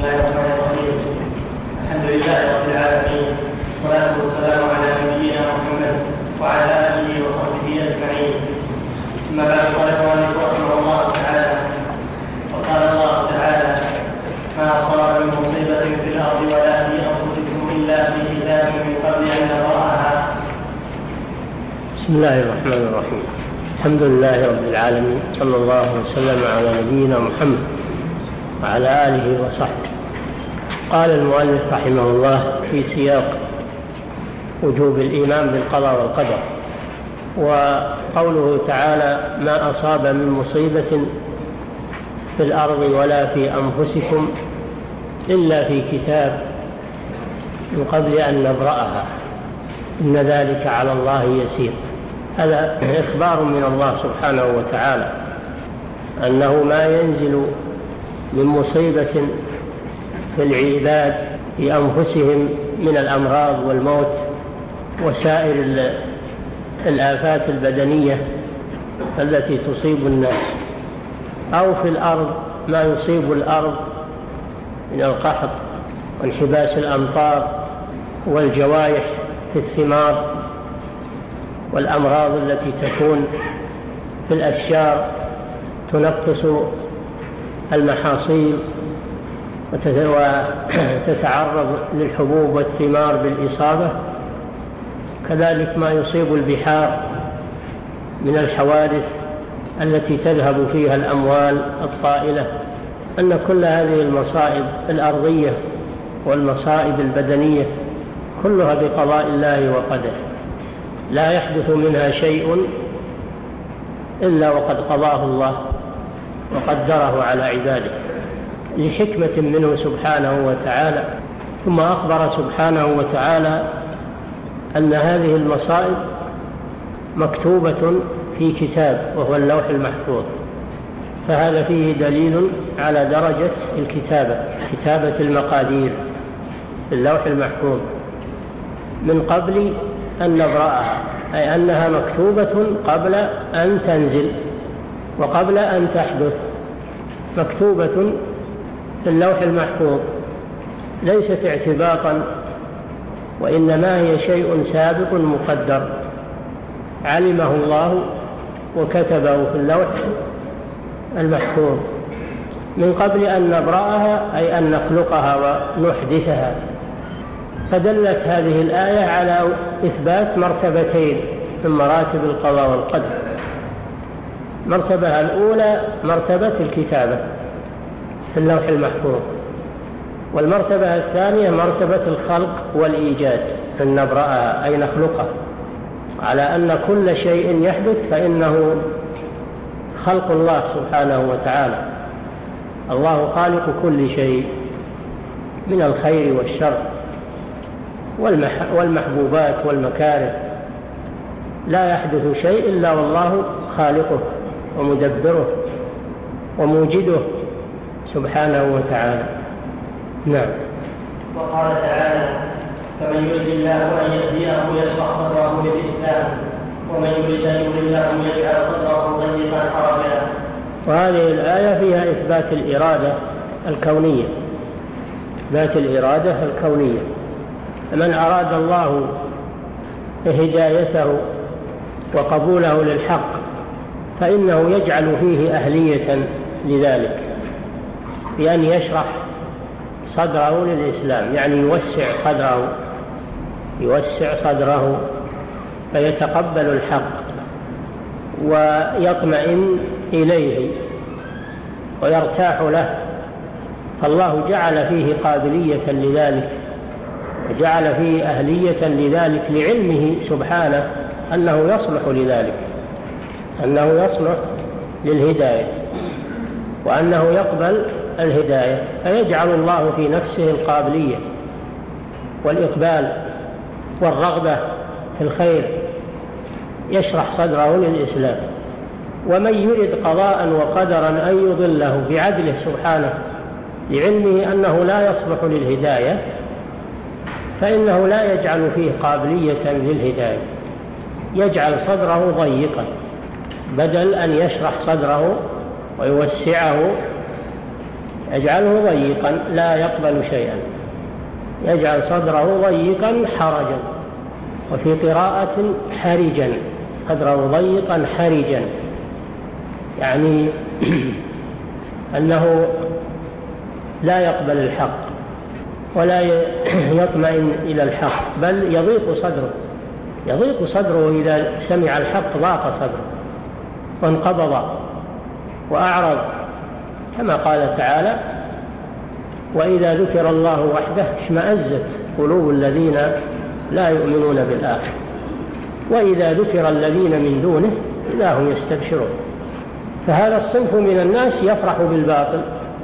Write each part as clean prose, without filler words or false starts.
الله الرحمن الرحيم. الحمد لله رب العالمين، والصلاة والسلام على نبينا محمد وعلى آله وصحبه أجمعين. ثم بعد، قال المؤلف رحمه الله تعالى: وقال الله تعالى: ما أصاب من مصيبة في الأرض ولا في أنفسكم إلا في كتاب من قبل أن نبرأها. بسم الله الرحمن الرحيم. الحمد لله رب العالمين، صلى الله وسلم على نبينا محمد وعلى آله وصحبه. قال المؤلف رحمه الله في سياق وجوب الإيمان بالقضاء والقدر، وقوله تعالى: ما أصاب من مصيبة في الأرض ولا في أنفسكم إلا في كتاب من قبل أن نبرأها إن ذلك على الله يسير. هذا إخبار من الله سبحانه وتعالى أنه ما ينزل من مصيبة في العباد في أنفسهم من الأمراض والموت وسائر الآفات البدنية التي تصيب الناس، أو في الأرض ما يصيب الأرض من القحط وانحباس الأمطار والجوائح في الثمار والأمراض التي تكون في الأشجار تنقص المحاصيل وتتعرض للحبوب والثمار بالإصابة. كذلك ما يصيب البحار من الحوادث التي تذهب فيها الأموال الطائلة. أن كل هذه المصائب الأرضية والمصائب البدنية كلها بقضاء الله وقدره، لا يحدث منها شيء إلا وقد قضاه الله وقدره على عباده لحكمة منه سبحانه وتعالى. ثم أخبر سبحانه وتعالى أن هذه المصائب مكتوبة في كتاب وهو اللوح المحفوظ، فهذا فيه دليل على درجة الكتابة، كتابة المقادير في اللوح المحفوظ من قبل أن نبرأها، أي أنها مكتوبة قبل أن تنزل وقبل أن تحدث، مكتوبة في اللوح المحفوظ، ليست اعتباطا، وإنما هي شيء سابق مقدر علمه الله وكتبه في اللوح المحفوظ من قبل أن نبرأها، أي أن نخلقها ونحدثها. فدلت هذه الآية على إثبات مرتبتين من مراتب القضاء والقدر. مرتبة الأولى مرتبة الكتابة في اللوح المحفوظ، والمرتبة الثانية مرتبة الخلق والإيجاد، أن نبرأها أي نخلقها، على أن كل شيء يحدث فإنه خلق الله سبحانه وتعالى. الله خالق كل شيء من الخير والشر والمحبوبات والمكاره، لا يحدث شيء إلا والله خالقه ومدبره وموجده سبحانه وتعالى. نعم. وقال تعالى: فمن يرد الله أن يهديه يشرح صدره للإسلام ومن يرد أن يضله يجعل صدره ضيقا حرجا. وهذه الآية فيها إثبات الإرادة الكونية، إثبات الإرادة الكونية. من أراد الله هدايته وقبوله للحق فإنه يجعل فيه أهلية لذلك، بأن يشرح صدره للإسلام، يعني يوسع صدره فيتقبل الحق ويطمئن إليه ويرتاح له. فالله جعل فيه قابلية لذلك وجعل فيه أهلية لذلك لعلمه سبحانه أنه يصلح لذلك، أنه يصلح للهداية وأنه يقبل الهداية، فيجعل الله في نفسه القابلية والإقبال والرغبة في الخير، يشرح صدره للإسلام. ومن يرد قضاء وقدرا أن يضله بعدله سبحانه لعلمه أنه لا يصلح للهداية فإنه لا يجعل فيه قابلية للهداية، يجعل صدره ضيقا بدل أن يشرح صدره ويوسعه يجعله ضيقا لا يقبل شيئا، يجعل صدره ضيقا حرجا، وفي قراءة حرجا، صدره ضيقا حرجا، يعني أنه لا يقبل الحق ولا يطمئن إلى الحق، بل يضيق صدره إذا سمع الحق، ضاق صدره وانقبض وأعرض، كما قال تعالى: وإذا ذكر الله وحده اشمأزت قلوب الذين لا يؤمنون بالآخرة وإذا ذكر الذين من دونه إذا هم يستبشرون. فهذا الصنف من الناس يفرح بالباطل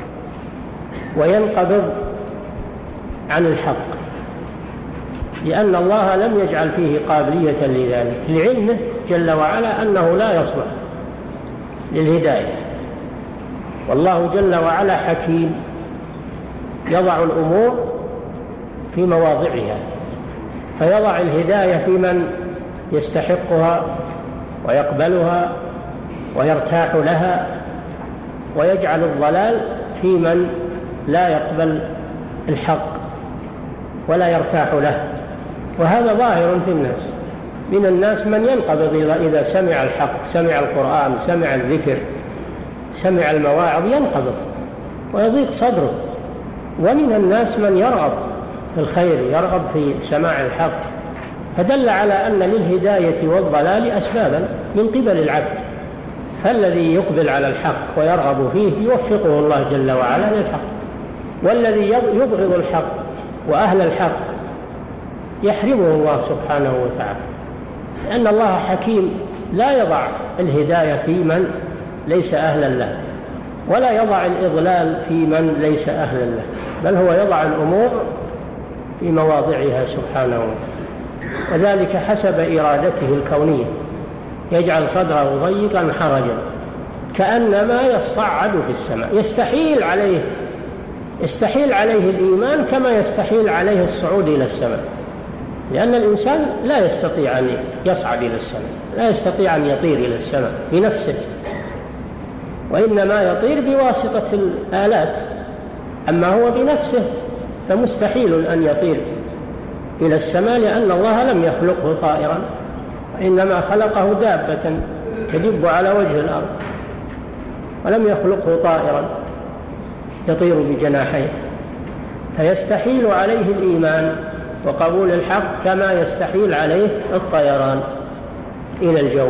وينقبض عن الحق، لأن الله لم يجعل فيه قابلية لذلك، لعلمه جل وعلا أنه لا يصلح للهداية. والله جل وعلا حكيم يضع الأمور في مواضعها، فيضع الهداية في من يستحقها ويقبلها ويرتاح لها، ويجعل الضلال في من لا يقبل الحق ولا يرتاح له. وهذا ظاهر في الناس، من الناس من ينقبض إذا سمع الحق، سمع القرآن، سمع الذكر، سمع المواعظ، ينقبض ويضيق صدره. ومن الناس من يرغب في الخير، يرغب في سماع الحق، فدل على أن للهداية والضلال أسبابا من قبل العبد، فالذي يقبل على الحق ويرغب فيه يوفقه الله جل وعلا للحق، والذي يبغض الحق وأهل الحق يحرمه الله سبحانه وتعالى، لأن الله حكيم لا يضع الهداية في من ليس أهلا له، ولا يضع الإضلال في من ليس أهلا له، بل هو يضع الأمور في مواضعها سبحانه وتعالى، وذلك حسب إرادته الكونية، يجعل صدره ضيقا حرجا كأنما يصعد في السماء، يستحيل عليه الإيمان كما يستحيل عليه الصعود إلى السماء، لأن الإنسان لا يستطيع أن يصعد إلى السماء، لا يستطيع أن يطير إلى السماء بنفسه، وإنما يطير بواسطة الآلات، أما هو بنفسه فمستحيل أن يطير إلى السماء، لأن الله لم يخلقه طائرا، وإنما خلقه دابة تدب على وجه الأرض، ولم يخلقه طائرا يطير بجناحيه، فيستحيل عليه الإيمان وقبول الحق كما يستحيل عليه الطيران إلى الجو.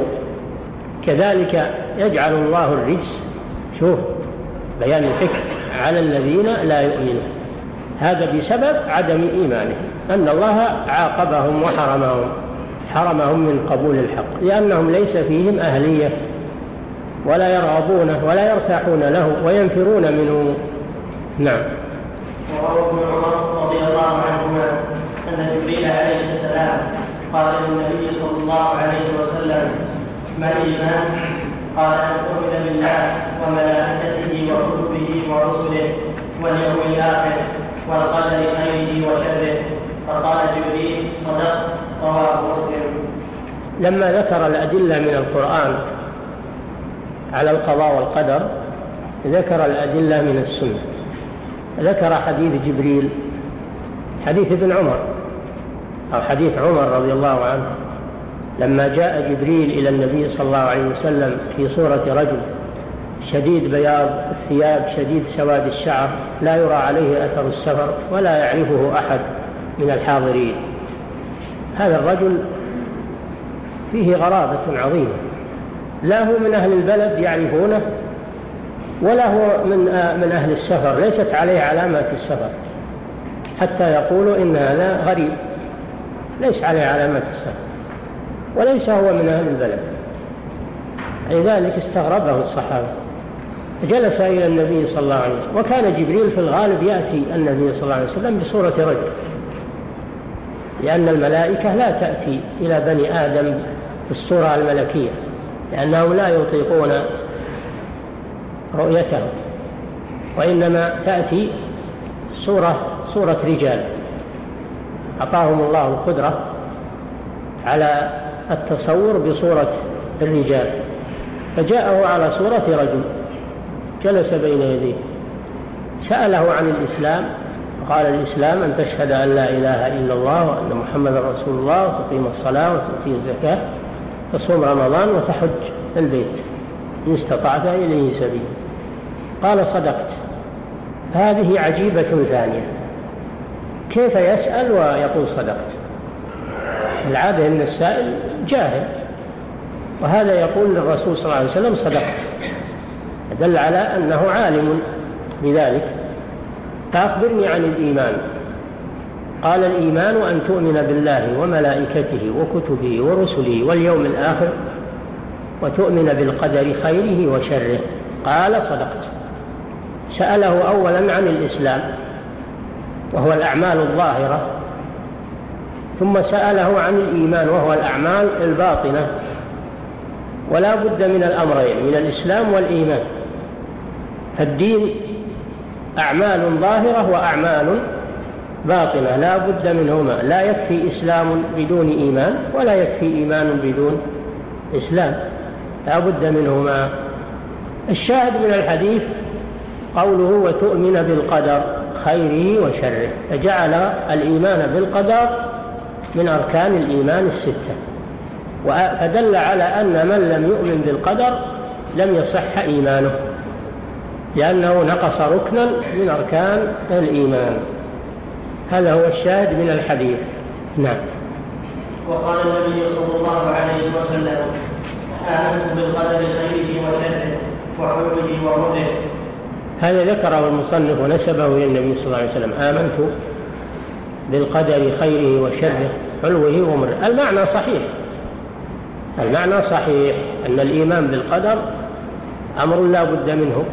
كذلك يجعل الله الرجس، شوف بيان الفكر، على الذين لا يؤمنون، هذا بسبب عدم إيمانهم، أن الله عاقبهم حرمهم من قبول الحق، لأنهم ليس فيهم أهلية ولا يرغبونه ولا يرتاحون له وينفرون منه. نعم. وروى ابن عمر رضي الله عنهما أن جبريل عليه السلام قال للنبي صلى الله عليه وسلم: ما الإيمان؟ قال: أن تؤمن بالله وملائكته وكتبه ورسله واليوم الآخر والقدر خيره وشره. فقال جبريل: صدقت. رواه مسلم. لما ذكر الأدلة من القرآن على القضاء والقدر ذكر الأدلة من السنة، ذكر حديث جبريل، حديث ابن عمر أو حديث عمر رضي الله عنه لما جاء جبريل إلى النبي صلى الله عليه وسلم في صورة رجل شديد بياض الثياب شديد سواد الشعر، لا يرى عليه أثر السفر ولا يعرفه أحد من الحاضرين. هذا الرجل فيه غرابة عظيمة، لا هو من أهل البلد يعرفونه ولا هو من أهل السفر، ليست عليه علامات السفر حتى يقولوا إن هذا غريب، ليس عليه علامات السفر وليس هو من أهل البلد. لذلك استغربه الصحابة، جلس إلى النبي صلى الله عليه وسلم، وكان جبريل في الغالب يأتي النبي صلى الله عليه وسلم بصورة رجل، لأن الملائكة لا تأتي إلى بني آدم بالصورة الملكية، لأنهم لا يطيقون رؤيته، وإنما تأتي صورة رجال أعطاهم الله القدرة على التصور بصورة الرجال، فجاءه على صورة رجل جلس بين يديه سأله عن الإسلام، قال الإسلام أن تشهد أن لا إله إلا الله وأن محمد رسول الله وتقيم الصلاة وتؤتي الزكاة تصوم رمضان وتحج البيت إن استطعت إليه سبيلا. قال صدقت. هذه عجيبة ثانية، كيف يسأل ويقول صدقت؟ العادة أن السائل جاهل، وهذا يقول للرسول صلى الله عليه وسلم صدقت، دل على أنه عالم بذلك. فأخبرني عن الإيمان. قال الإيمان أن تؤمن بالله وملائكته وكتبه ورسله واليوم الآخر وتؤمن بالقدر خيره وشره. قال صدقت. سأله أولا عن الإسلام وهو الأعمال الظاهرة، ثم سأله عن الإيمان وهو الأعمال الباطنة، ولا بد من الأمرين، من الإسلام والإيمان. فالدين أعمال ظاهرة وأعمال باطنة لا بد منهما، لا يكفي إسلام بدون إيمان ولا يكفي إيمان بدون إسلام، لا بد منهما. الشاهد من الحديث قوله وتؤمن بالقدر خيره وشره، فجعل الإيمان بالقدر من أركان الإيمان الستة، فدل على أن من لم يؤمن بالقدر لم يصح إيمانه، لأنه نقص ركنا من أركان الإيمان. هذا هو الشاهد من الحديث. نعم. وقال النبي صلى الله عليه وسلم آمنت بالقدر خيره وشره وحلوه ومره. هذا ذكره المصنف ونسبه إلى النبي صلى الله عليه وسلم، آمنت بالقدر خيره وشره حلوه ومره. المعنى صحيح، المعنى صحيح أن الإيمان بالقدر أمر لا بد منه،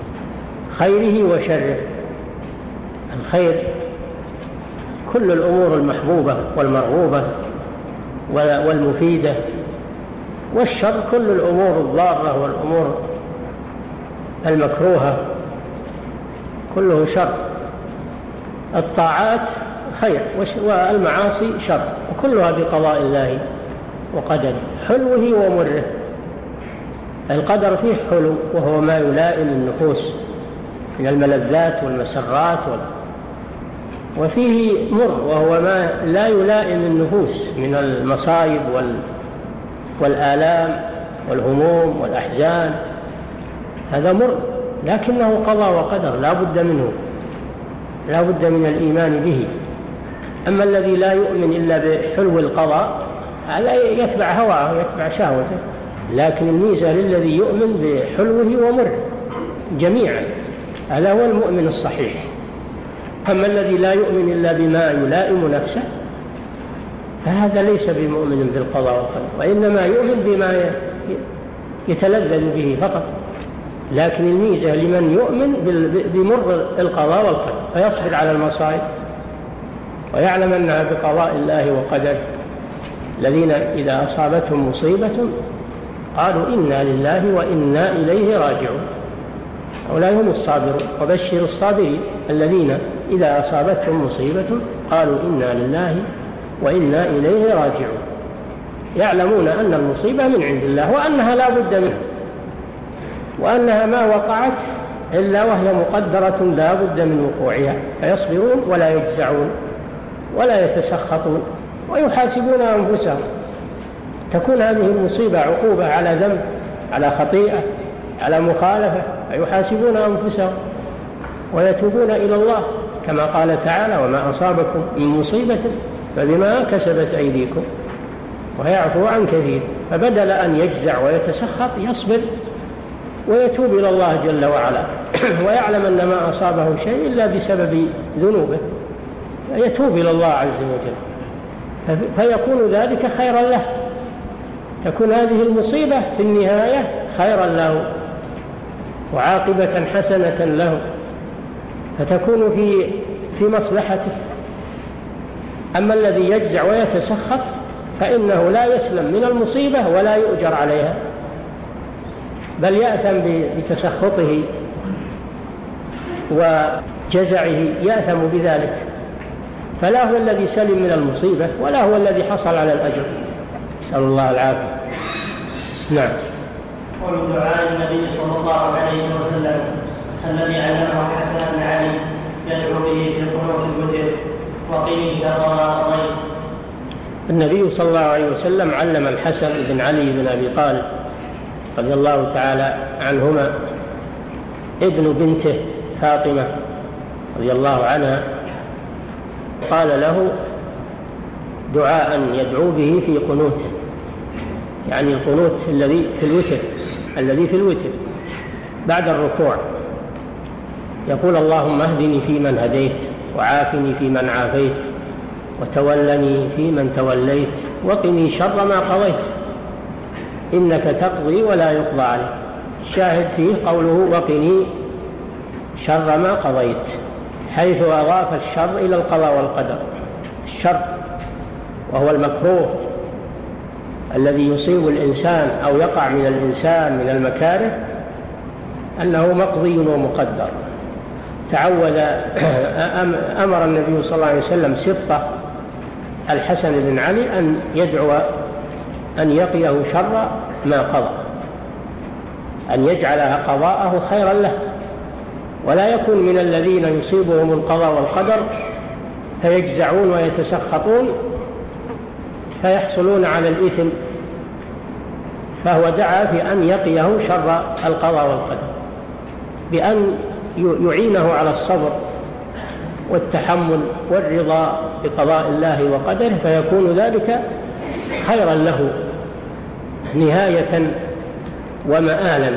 خيره وشره. الخير كل الأمور المحبوبة والمرغوبة والمفيدة، والشر كل الأمور الضارة والأمور المكروهة، كله شر. الطاعات خير والمعاصي شر، وكلها بقضاء الله وقدره. حلوه ومره، القدر فيه حلو وهو ما يلائم النفوس من الملذات والمسرات، وفيه مر وهو ما لا يلائم النفوس من المصائب والآلام والهموم والأحزان. هذا مر لكنه قضاء وقدر لا بد منه، لا بد من الإيمان به. أما الذي لا يؤمن إلا بحلو القضاء هذا يتبع هواه ويتبع شهوته، لكن الميزة للذي يؤمن بحلوه ومره جميعا، هذا هو المؤمن الصحيح. أما الذي لا يؤمن إلا بما يلائم نفسه فهذا ليس بمؤمن بالقضاء والقدر، وإنما يؤمن بما يتلذذ به فقط. لكن الميزة لمن يؤمن بمر القضاء والقدر فيصبر على المصائب ويعلم أنها بقضاء الله وقدره. الذين إذا أصابتهم مصيبة قالوا إنا لله وإنا إليه راجعون، هؤلاء هم الصابرون. وبشر الصابرين الذين إذا أصابتهم مصيبة قالوا إنا لله وإنا إليه راجعون، يعلمون أن المصيبة من عند الله وأنها لا بد منها، وأنها ما وقعت إلا وهي مقدرة لا بد من وقوعها، فيصبرون ولا يجزعون ولا يتسخطون ويحاسبون أنفسهم. تكون هذه المصيبة عقوبة على ذنب، على خطيئة، على مخالفة، فيحاسبون أنفسهم ويتوبون إلى الله، كما قال تعالى وما أصابكم من مصيبة فبما كسبت أيديكم ويعفو عن كثير. فبدل أن يجزع ويتسخط يصبر ويتوب إلى الله جل وعلا ويعلم أن ما أصابه شيء إلا بسبب ذنوبه، يتوب إلى الله عز وجل، فيكون ذلك خيرا له، تكون هذه المصيبة في النهاية خيرا له وعاقبة حسنة له، فتكون في مصلحته. أما الذي يجزع ويتسخط فإنه لا يسلم من المصيبة ولا يؤجر عليها، بل يأثم بتسخطه وجزعه، يأثم بذلك، فلا هو الذي سلم من المصيبة ولا هو الذي حصل على الأجر، نسأل الله العافية. نعم. ومن دعاء النبي صلى الله عليه وسلم الذي علمه الحسن بن علي يدعو به في قنوت الوتر وقيل شر ما قضيت. النبي صلى الله عليه وسلم علم الحسن بن علي بن أبي طالب رضي الله تعالى عنهما ابن بنته فاطمة رضي الله عنها، قال له دعاء يدعو به في قنوته، يعني القنوت الذي في الوتر بعد الركوع، يقول اللهم اهدني فيمن هديت وعافني فيمن عافيت وتولني فيمن توليت وقني شر ما قضيت إنك تقضي ولا يقضى عليك. الشاهد فيه قوله وقني شر ما قضيت، حيث أضاف الشر إلى القضاء والقدر. الشر وهو المكروه الذي يصيب الإنسان أو يقع من الإنسان من المكاره أنه مقضي ومقدر. أمر النبي صلى الله عليه وسلم سبطه الحسن بن علي أن يدعو أن يقيه شر ما قضى، أن يجعلها قضاءه خيرا له، ولا يكون من الذين يصيبهم القضاء والقدر فيجزعون ويتسخطون فيحصلون على الإثم، فهو دعا في أن يقيه شر القضاء والقدر بأن يعينه على الصبر والتحمل والرضا بقضاء الله وقدره، فيكون ذلك خيرا له نهاية ومآلا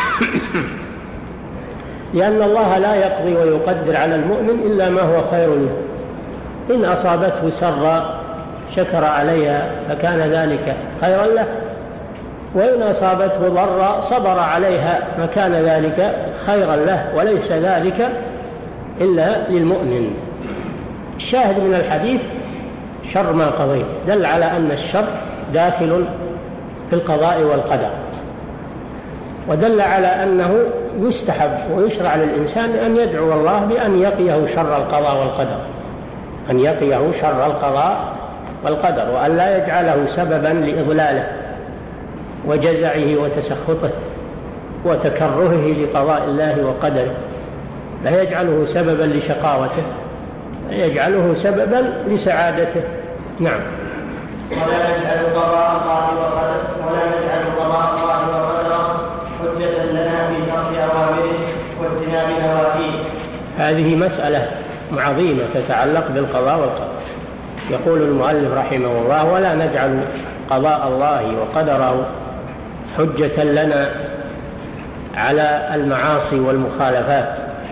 لأن الله لا يقضي ويقدر على المؤمن إلا ما هو خير له. إن أصابته سرا شكر عليها فكان ذلك خيرا له، وإن أصابته ضرا صبر عليها فكان ذلك خيرا له، وليس ذلك إلا للمؤمن. الشاهد من الحديث شر ما قضيت دل على أن الشر داخل في القضاء والقدر، ودل على أنه يستحب ويشرع للإنسان أن يدعو الله بأن يقيه شر القضاء والقدر، أن يقيه شر القضاء والقدر، وأن لا يجعله سببا لإضلاله وجزعه وتسخطه وتكرهه لقضاء الله وقدره، لا يجعله سببا لشقاوته، يجعله سببا لسعادته. نعم. ولا نجعل قضاء الله وقدره حجة لنا في ترك أوامره واجتناب نواهيه. هذه مسألة عظيمة تتعلق بالقضاء والقدر. يقول المؤلف رحمه الله ولا نجعل قضاء الله وقدره حجة لنا على المعاصي والمخالفات،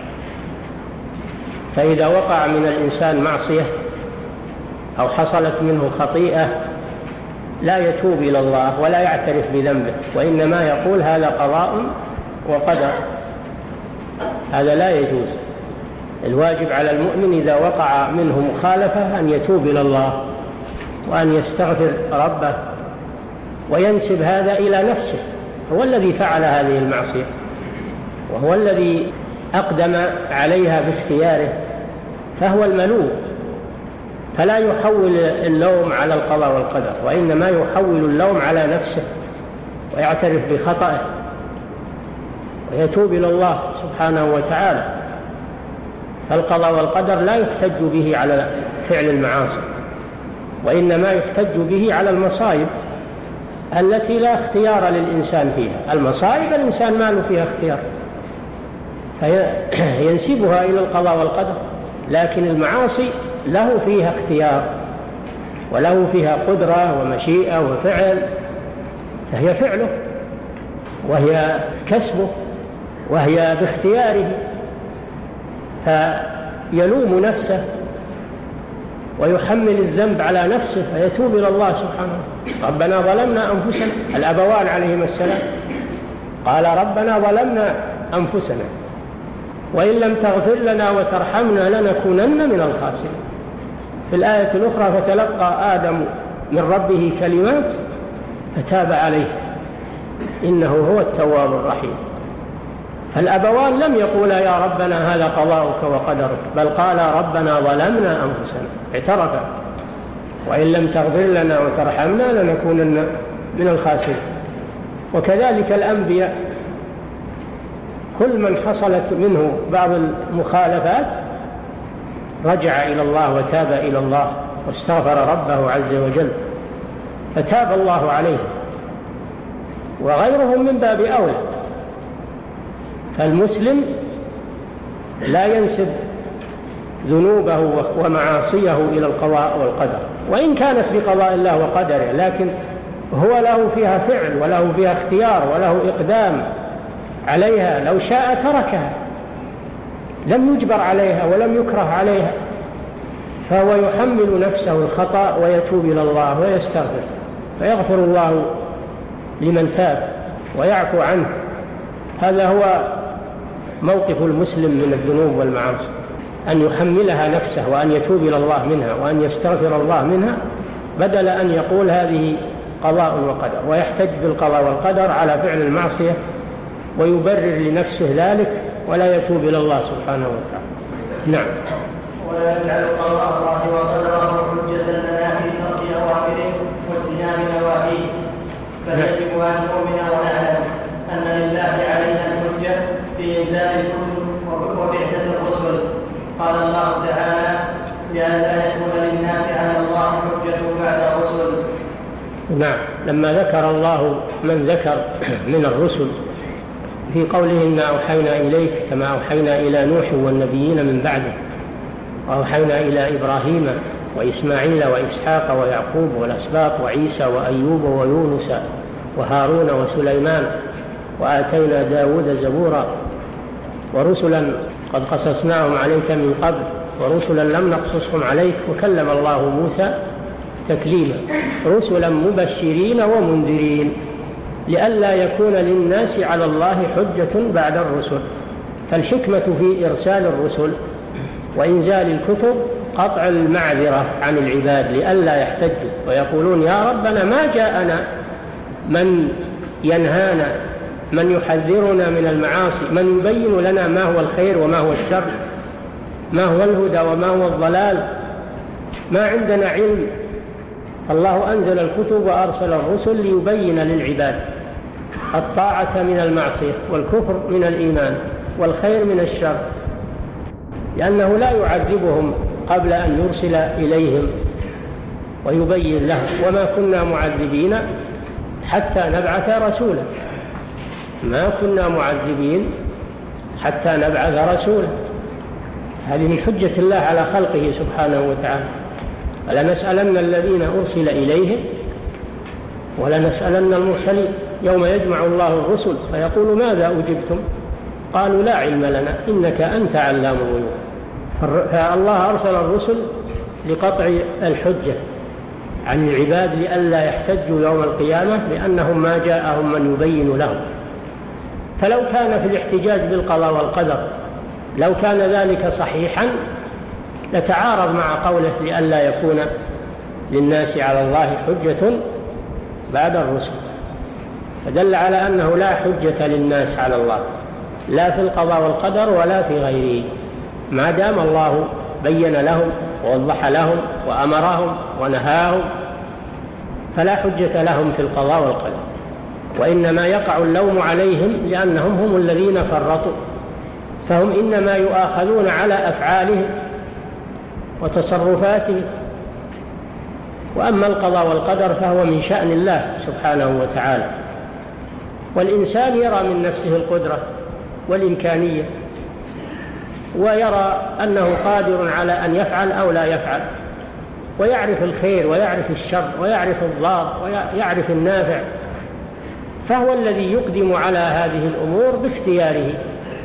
فإذا وقع من الإنسان معصية أو حصلت منه خطيئة لا يتوب إلى الله ولا يعترف بذنبه، وإنما يقول هذا قضاء وقدر، هذا لا يجوز. الواجب على المؤمن إذا وقع منه مخالفة أن يتوب إلى الله وأن يستغفر ربه وينسب هذا إلى نفسه، هو الذي فعل هذه المعصية وهو الذي أقدم عليها باختياره، فهو الملوم، فلا يحول اللوم على القضاء والقدر، وإنما يحول اللوم على نفسه ويعترف بخطئه ويتوب إلى الله سبحانه وتعالى. فالقضاء والقدر لا يحتج به على فعل المعاصي، وإنما يحتج به على المصائب التي لا اختيار للإنسان فيها. المصائب الإنسان ما له فيها اختيار فينسبها إلى القضاء والقدر، لكن المعاصي له فيها اختيار وله فيها قدرة ومشيئة وفعل، فهي فعله وهي كسبه وهي باختياره، فيلوم نفسه ويحمل الذنب على نفسه فيتوب إلى الله سبحانه. ربنا ظلمنا أنفسنا، الأبوان عليهما السلام قال ربنا ظلمنا أنفسنا وإن لم تغفر لنا وترحمنا لنكونن من الخاسرين. في الآية الأخرى فتلقى آدم من ربه كلمات فتاب عليه إنه هو التواب الرحيم. فالأبوان لم يقولا يا ربنا هذا قضاؤك وقدرك، بل قالا ربنا ظلمنا أنفسنا، اعترفا وإن لم تغفر لنا وترحمنا لنكونن من الخاسرين. وكذلك الأنبياء كل من حصلت منه بعض المخالفات رجع إلى الله وتاب إلى الله واستغفر ربه عز وجل فتاب الله عليه، وغيرهم من باب أولى. فالمسلم لا ينسب ذنوبه ومعاصيه إلى القضاء والقدر، وإن كانت بقضاء الله وقدره، لكن هو له فيها فعل وله فيها اختيار وله إقدام عليها، لو شاء تركها، لم يجبر عليها ولم يكره عليها، فهو يحمل نفسه الخطأ ويتوب إلى الله ويستغفر، فيغفر الله لمن تاب ويعفو عنه. هذا هو موقف المسلم من الذنوب والمعاصي، أن يحملها نفسه وأن يتوب إلى الله منها وأن يستغفر الله منها، بدل أن يقول هذه قضاء وقدر ويحتج بالقضاء والقدر على فعل المعصية ويبرر لنفسه ذلك ولا يتوب إلى الله سبحانه وتعالى. نعم. ولا يجعل قضاء الله وقدره حجة لنا في ترك أوامره واجتناب نواهيه، فيجب أن نؤمن ونعلم أن لله علينا الحجة في إنزال الكتب وبعثة الرسل. قال الله تعالى: لئلا يكون للناس على الله حجة بعد الرسل. نعم. لما ذكر الله من ذكر من الرسل في قوله: إنا أوحينا إليك كما أوحينا إلى نوح والنبيين من بعده، وأوحينا إلى إبراهيم وإسماعيل وإسحاق ويعقوب والأسباط وعيسى وأيوب ويونس وهارون وسليمان، وآتينا داود زبورا، ورسلا قد قصصناهم عليك من قبل ورسلا لم نقصصهم عليك، وكلم الله موسى تكليما، رسلا مبشرين ومنذرين لئلا يكون للناس على الله حجة بعد الرسل. فالحكمة في إرسال الرسل وإنزال الكتب قطع المعذرة عن العباد لئلا يحتجوا ويقولون: يا ربنا ما جاءنا من ينهانا، من يحذرنا من المعاصي، من يبين لنا ما هو الخير وما هو الشر، ما هو الهدى وما هو الضلال، ما عندنا علم. الله أنزل الكتب وأرسل الرسل ليبين للعباد الطاعة من المعصية والكفر من الإيمان والخير من الشر، لأنه لا يعذبهم قبل أن يرسل إليهم ويبين لهم: وما كنا معذبين حتى نبعث رسولا. ما كنا معذبين حتى نبعث رسولا. هذه من حجة الله على خلقه سبحانه وتعالى. فلنسألن الذين أرسل إليهم ولنسألن المرسلين. يوم يجمع الله الرسل فيقول: ماذا أجبتم؟ قالوا: لا علم لنا إنك أنت علام الغيوب. فالله أرسل الرسل لقطع الحجة عن العباد لئلا يحتجوا يوم القيامة، لأنهم ما جاءهم من يبين لهم. فلو كان في الاحتجاج بالقضاء والقدر لو كان ذلك صحيحا لتعارض مع قوله: لئلا يكون للناس على الله حجة بعد الرسل، فدل على أنه لا حجة للناس على الله لا في القضاء والقدر ولا في غيره، ما دام الله بين لهم ووضح لهم وأمرهم ونهاهم، فلا حجة لهم في القضاء والقدر. وإنما يقع اللوم عليهم لأنهم هم الذين فرطوا، فهم إنما يؤاخذون على أفعالهم وتصرفاتهم. وأما القضاء والقدر فهو من شأن الله سبحانه وتعالى، والإنسان يرى من نفسه القدرة والإمكانية، ويرى أنه قادر على أن يفعل أو لا يفعل، ويعرف الخير ويعرف الشر ويعرف الضار ويعرف النافع، فهو الذي يقدم على هذه الأمور باختياره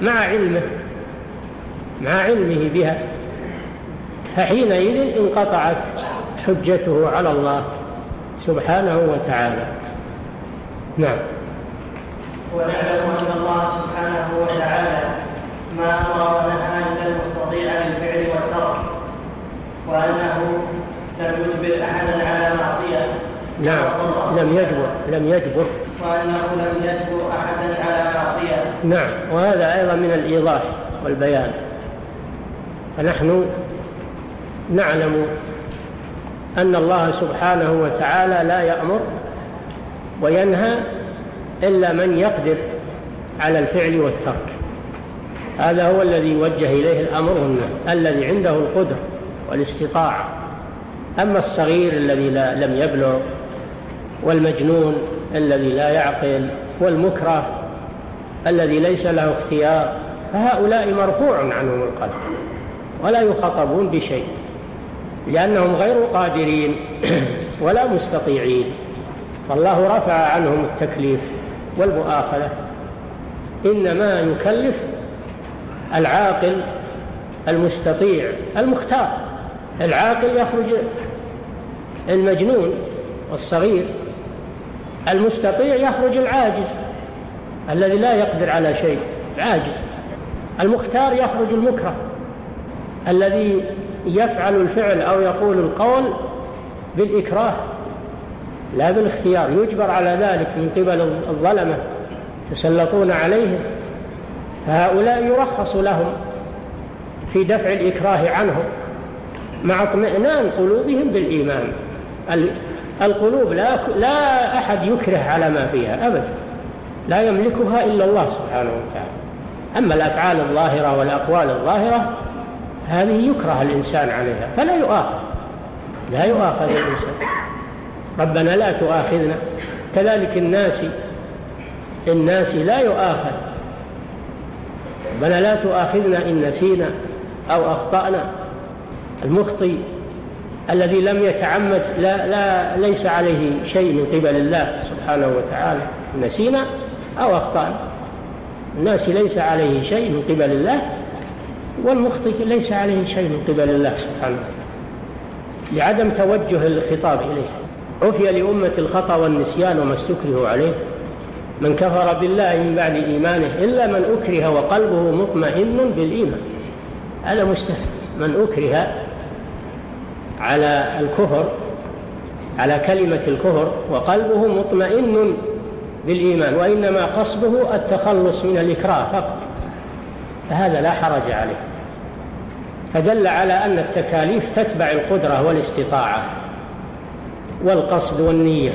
مع علمه بها، فحينئذ انقطعت حجته على الله سبحانه وتعالى. نعم. ونعلم أن الله سبحانه وتعالى ما أمر ونهى إلا المستطيع للفعل والترك، وأنه لم يجبر أحدا على معصية. نعم، لم يجبر وأنه لم يجبر أحدا على معصية. نعم، وهذا أيضا من الإيضاح والبيان. فنحن نعلم أن الله سبحانه وتعالى لا يأمر وينهى إلا من يقدر على الفعل والترك، هذا هو الذي يوجه إليه الأمر والنهي، الذي عنده القدرة والاستطاعة. أما الصغير الذي لم يبلغ، والمجنون الذي لا يعقل، والمكره الذي ليس له اختيار، فهؤلاء مرفوع عنهم القلم ولا يخاطبون بشيء، لأنهم غير قادرين ولا مستطيعين، فالله رفع عنهم التكليف والمؤاخذة. إنما يكلف العاقل المستطيع المختار. العاقل يخرج المجنون والصغير، المستطيع يخرج العاجز الذي لا يقدر على شيء، عاجز. المختار يخرج المكره الذي يفعل الفعل أو يقول القول بالإكراه لا بالاختيار، يجبر على ذلك من قبل الظلمة يتسلطون عليهم، فهؤلاء يرخص لهم في دفع الإكراه عنهم مع اطمئنان قلوبهم بالإيمان. القلوب لا أحد يكره على ما فيها أبدا، لا يملكها إلا الله سبحانه وتعالى. أما الأفعال الظاهرة والأقوال الظاهرة هذه يكره الإنسان عليها فلا يؤاخذ، لا يؤاخذ الإنسان. ربنا لا تؤاخذنا. كذلك الناس لا يؤاخذ. ربنا لا تؤاخذنا إن نسينا أو أخطأنا. المخطئ الذي لم يتعمد ليس عليه شيء من قبل الله سبحانه وتعالى. نسينا أو أخطأنا، الناس ليس عليه شيء من قبل الله، والمخطئ ليس عليه شيء من قبل الله سبحانه لعدم توجه الخطاب إليه. عفي لأمة الخطأ والنسيان وما استكرهوا عليه. من كفر بالله من بعد إيمانه إلا من أكره وقلبه مطمئن بالإيمان. هذا مستثنى، من أكره على الكفر، على كلمة الكفر، وقلبه مطمئن بالإيمان، وإنما قصده التخلص من الإكراه فقط، فهذا لا حرج عليه. فدل على أن التكاليف تتبع القدرة والاستطاعة والقصد والنية.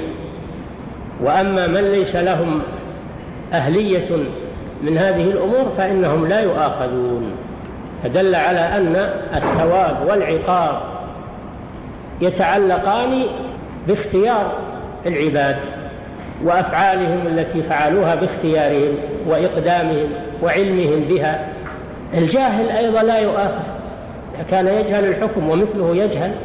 وأما من ليس لهم أهلية من هذه الأمور فإنهم لا يؤاخذون. فدل على أن الثواب والعقاب يتعلقان باختيار العباد وأفعالهم التي فعلوها باختيارهم وإقدامهم وعلمهم بها. الجاهل أيضا لا يؤاخذ، كان يجهل الحكم ومثله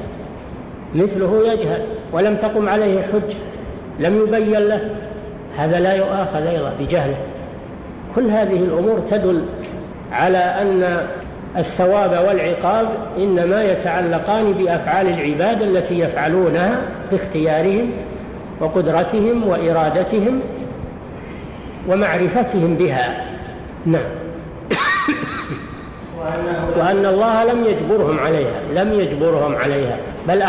يجهل ولم تقم عليه الحجة، لم يبين له، هذا لا يؤاخذ أيضا بجهله. كل هذه الأمور تدل على أن الثواب والعقاب إنما يتعلقان بأفعال العباد التي يفعلونها باختيارهم وقدرتهم وإرادتهم ومعرفتهم بها. نعم. وأن الله لم يجبرهم عليها بل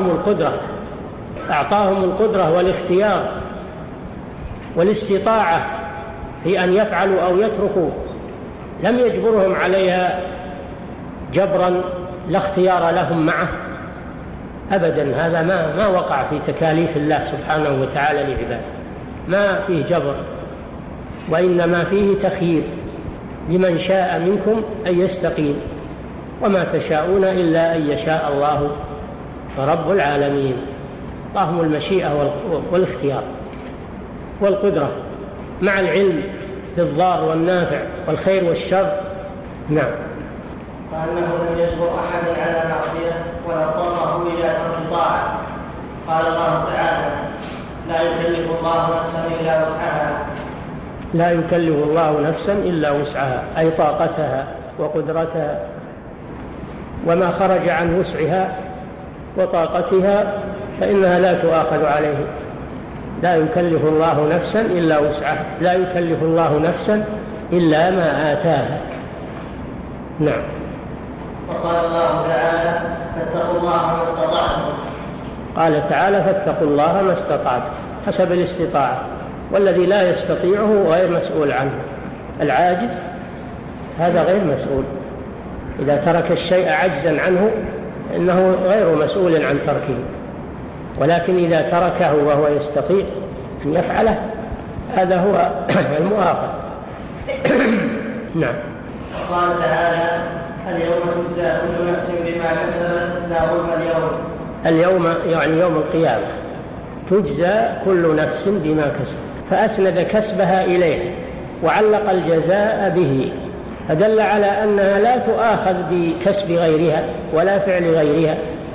أعطاهم القدرة والاختيار والاستطاعة في أن يفعلوا أو يتركوا، لم يجبرهم عليها جبرا لا اختيار لهم معه أبدا. هذا ما وقع في تكاليف الله سبحانه وتعالى لعباده، ما فيه جبر، وإنما فيه تخيير لمن شاء منكم أن يستقيم، وما تشاءون إلا أن يشاء الله رب العالمين. طاهم المشيئة والاختيار والقدرة مع العلم بالضار والنافع والخير والشر. نعم. وأنه لم يجبر أحد على معصية ولا اضطره إلى ترك الطاعة. قال الله تعالى: لا يكلف الله نفسا إلا وسعها. لا يكلف الله نفسا إلا وسعها، أي طاقتها وقدرتها، وما خرج عن وسعها وطاقتها فإنها لا تؤاخذ عليه. لا يكلف الله نفسا إلا وسعها، لا يكلف الله نفسا إلا ما آتاها. نعم. وقال الله تعالى: فاتقوا الله ما استطعتم. قال تعالى: فاتقوا الله ما استطعتم، حسب الاستطاعة، والذي لا يستطيعه غير مسؤول عنه. العاجز هذا غير مسؤول، إذا ترك الشيء عجزا عنه إنه غير مسؤول عن تركه، ولكن إذا تركه وهو يستطيع أن يفعله هذا هو المؤاخذ. نعم. وقال تعالى: اليوم تجزى كل نفس بما كسبت لا ظلم اليوم. اليوم يعني يوم القيامة، تجزى كل نفس بما كسبت، فأسند كسبها إليه وعلق الجزاء به، فدل على أنها لا تؤاخذ بكسب غيرها ولا فعل غيرها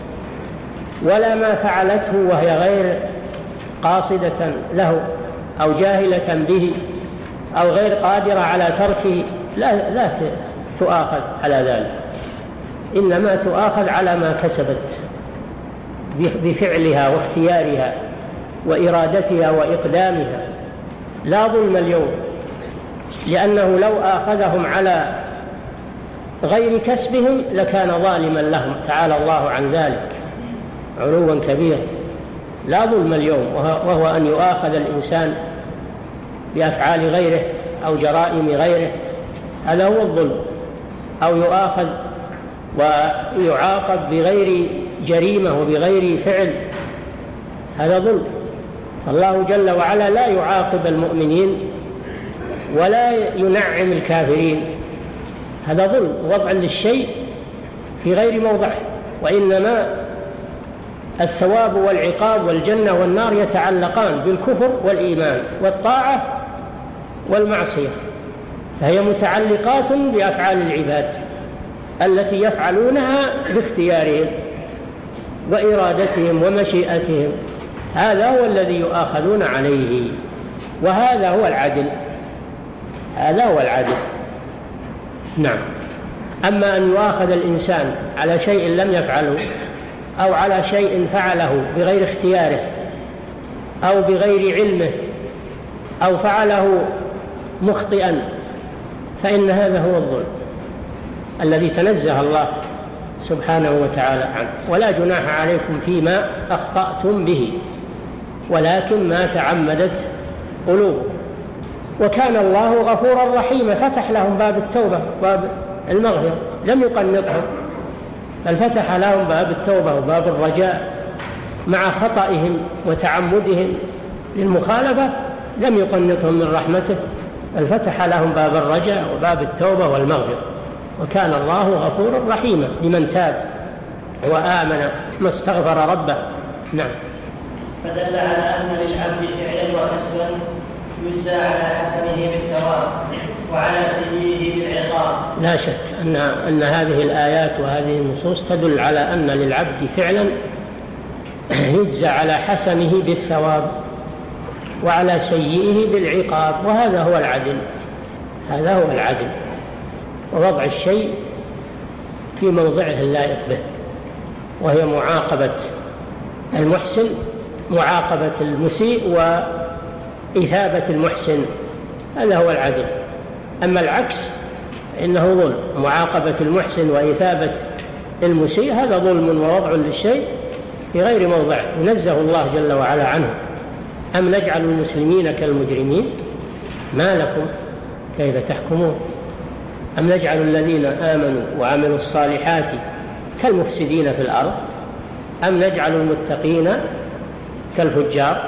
ولا ما فعلته وهي غير قاصدة له أو جاهلة به أو غير قادرة على تركه، لا تؤاخذ على ذلك، إنما تؤاخذ على ما كسبت بفعلها واختيارها وإرادتها وإقدامها. لا ظلم اليوم، لأنه لو آخذهم على غير كسبهم لكان ظالما لهم، تعالى الله عن ذلك علوا كبيرا. لا ظلم اليوم، وهو أن يؤاخذ الإنسان بأفعال غيره أو جرائم غيره، هذا هو الظلم، أو يؤاخذ ويعاقب بغير جريمة وبغير فعل، هذا ظلم. الله جل وعلا لا يعاقب المؤمنين ولا ينعم الكافرين، هذا ظلم، وضع للشيء في غير موضعه، وإنما الثواب والعقاب والجنة والنار يتعلقان بالكفر والإيمان والطاعة والمعصية، فهي متعلقات بأفعال العباد التي يفعلونها باختيارهم وإرادتهم ومشيئتهم، هذا هو الذي يؤاخذون عليه، وهذا هو العدل، هذا هو العدل. نعم. أما أن يؤاخذ الإنسان على شيء لم يفعله أو على شيء فعله بغير اختياره أو بغير علمه أو فعله مخطئا، فإن هذا هو الظلم الذي تنزه الله سبحانه وتعالى عنه. ولا جناح عليكم فيما أخطأتم به ولكن ما تعمدت قلوبكم، وكان الله غفورا رحيما، فتح لهم باب التوبة باب المغفرة، لم يقنطهم، بل فتح لهم باب التوبة وباب الرجاء مع خطئهم وتعمدهم للمخالفة، لم يقنطهم من رحمته، بل فتح لهم باب الرجاء وباب التوبة والمغفرة، وكان الله غفورا رحيما لمن تاب وآمن ما استغفر ربه. نعم. فدل على أن للعبد فعلا وكسبا يجزى على حسنه بالثواب وعلى سيئه بالعقاب. لا شك أن هذه الآيات وهذه النصوص تدل على أن للعبد فعلا يجزى على حسنه بالثواب وعلى سيئه بالعقاب، وهذا هو العدل، هذا هو العدل، ووضع الشيء في موضعه اللائق به، وهي معاقبة المحسن معاقبة المسيء وإثابة المحسن، هذا هو العدل. أما العكس إنه ظلم، معاقبة المحسن وإثابة المسيء هذا ظلم ووضع للشيء في غير موضعه، ينزه الله جل وعلا عنه. أم نجعل المسلمين كالمجرمين ما لكم كيف تحكمون؟ أم نجعل الذين آمنوا وعملوا الصالحات كالمفسدين في الأرض أم نجعل المتقين كالفجار؟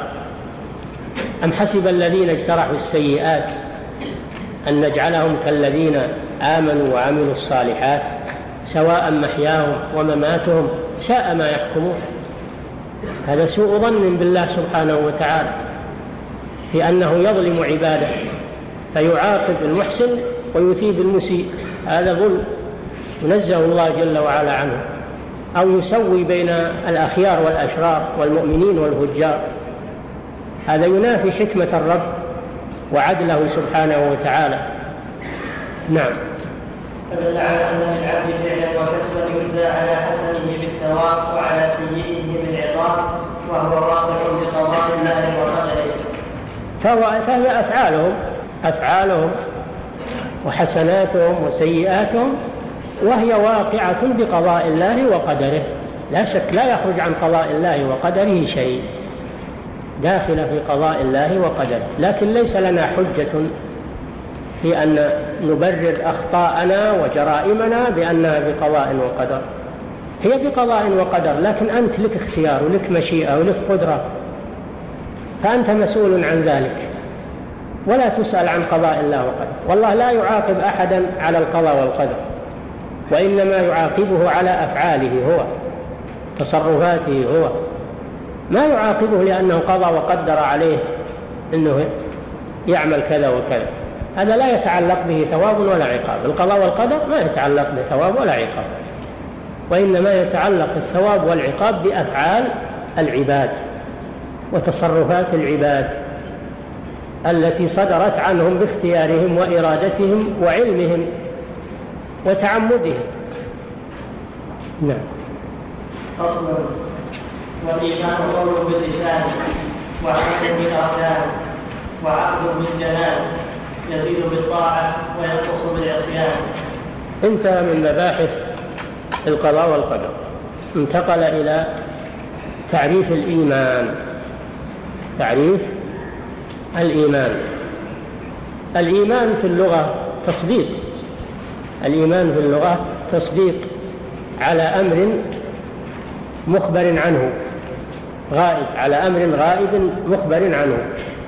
أم حسب الذين اجترحوا السيئات أن نجعلهم كالذين آمنوا وعملوا الصالحات سواء محياهم ومماتهم ساء ما يحكمون. هذا سوء ظن بالله سبحانه وتعالى في أنه يظلم عباده فيعاقب المحسن ويثيب المسيء، هذا ظلم ينزه الله جل وعلا عنه. أو يسوي بين الأخيار والأشرار والمؤمنين والفجار، هذا ينافي حكمة الرب وعدله سبحانه وتعالى. نعم. فدل على أن للعبد فعلا وكسبا يجزى على حسنه بالثواب وعلى سيئه بالعقاب، وهو واقع بقضاء الله وقدره. فهي أفعالهم وحسناتهم وسيئاتهم وهي واقعة بقضاء الله وقدره، لا شك، لا يخرج عن قضاء الله وقدره شيء، داخل في قضاء الله وقدره. لكن ليس لنا حجة في أن نبرر أخطاءنا وجرائمنا بأنها بقضاء وقدر، هي بقضاء وقدر، لكن أنت لك اختيار ولك مشيئة ولك قدرة، فأنت مسؤول عن ذلك. ولا تسأل عن قضاء الله وقدره. والله لا يعاقب أحدا على القضاء والقدر، وإنما يعاقبه على أفعاله هو، تصرفاته هو، ما يعاقبه لأنه قضى وقدر عليه أنه يعمل كذا وكذا. هذا لا يتعلق به ثواب ولا عقاب. القضاء والقدر ما يتعلق بثواب ولا عقاب، وإنما يتعلق الثواب والعقاب بأفعال العباد وتصرفات العباد التي صدرت عنهم باختيارهم وإرادتهم وعلمهم وتعمدهم. نعم. فصل. والإيمان قول باللسان وعمل بالأركان وعقد بالجنان، يزيد بالطاعة وينقص بالعصيان. انتهى من مباحث القضاء والقدر، انتقل إلى تعريف الإيمان. تعريف الإيمان. الإيمان في اللغة تصديق. الإيمان في اللغة تصديق على أمر مخبر عنه، غائب، على أمر غائب مخبر عنه.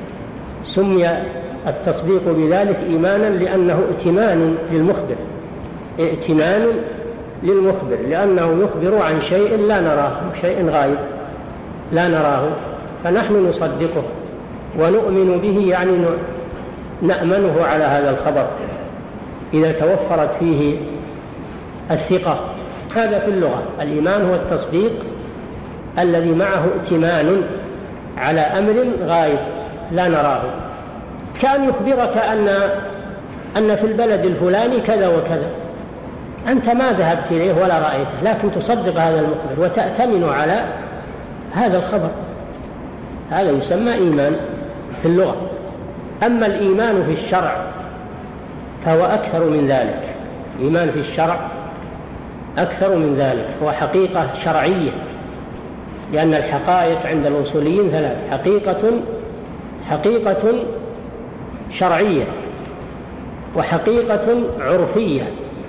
سمي التصديق بذلك إيمانا لأنه ائتمان للمخبر، ائتمان للمخبر، لأنه يخبر عن شيء لا نراه، شيء غائب لا نراه، فنحن نصدقه ونؤمن به، يعني نأمنه على هذا الخبر إذا توفرت فيه الثقة. هذا في اللغة. الإيمان هو التصديق الذي معه ائتمان على أمر غائب لا نراه، كان يخبرك أن في البلد الفلاني كذا وكذا، أنت ما ذهبت إليه ولا رأيته، لكن تصدق هذا المخبر وتأتمن على هذا الخبر. هذا يسمى إيمان في اللغة. أما الإيمان في الشرع فهو أكثر من ذلك. الإيمان في الشرع أكثر من ذلك، هو حقيقة شرعية، لأن الحقائق عند الأصوليين ثلاث: حقيقة شرعية، وحقيقة عرفية،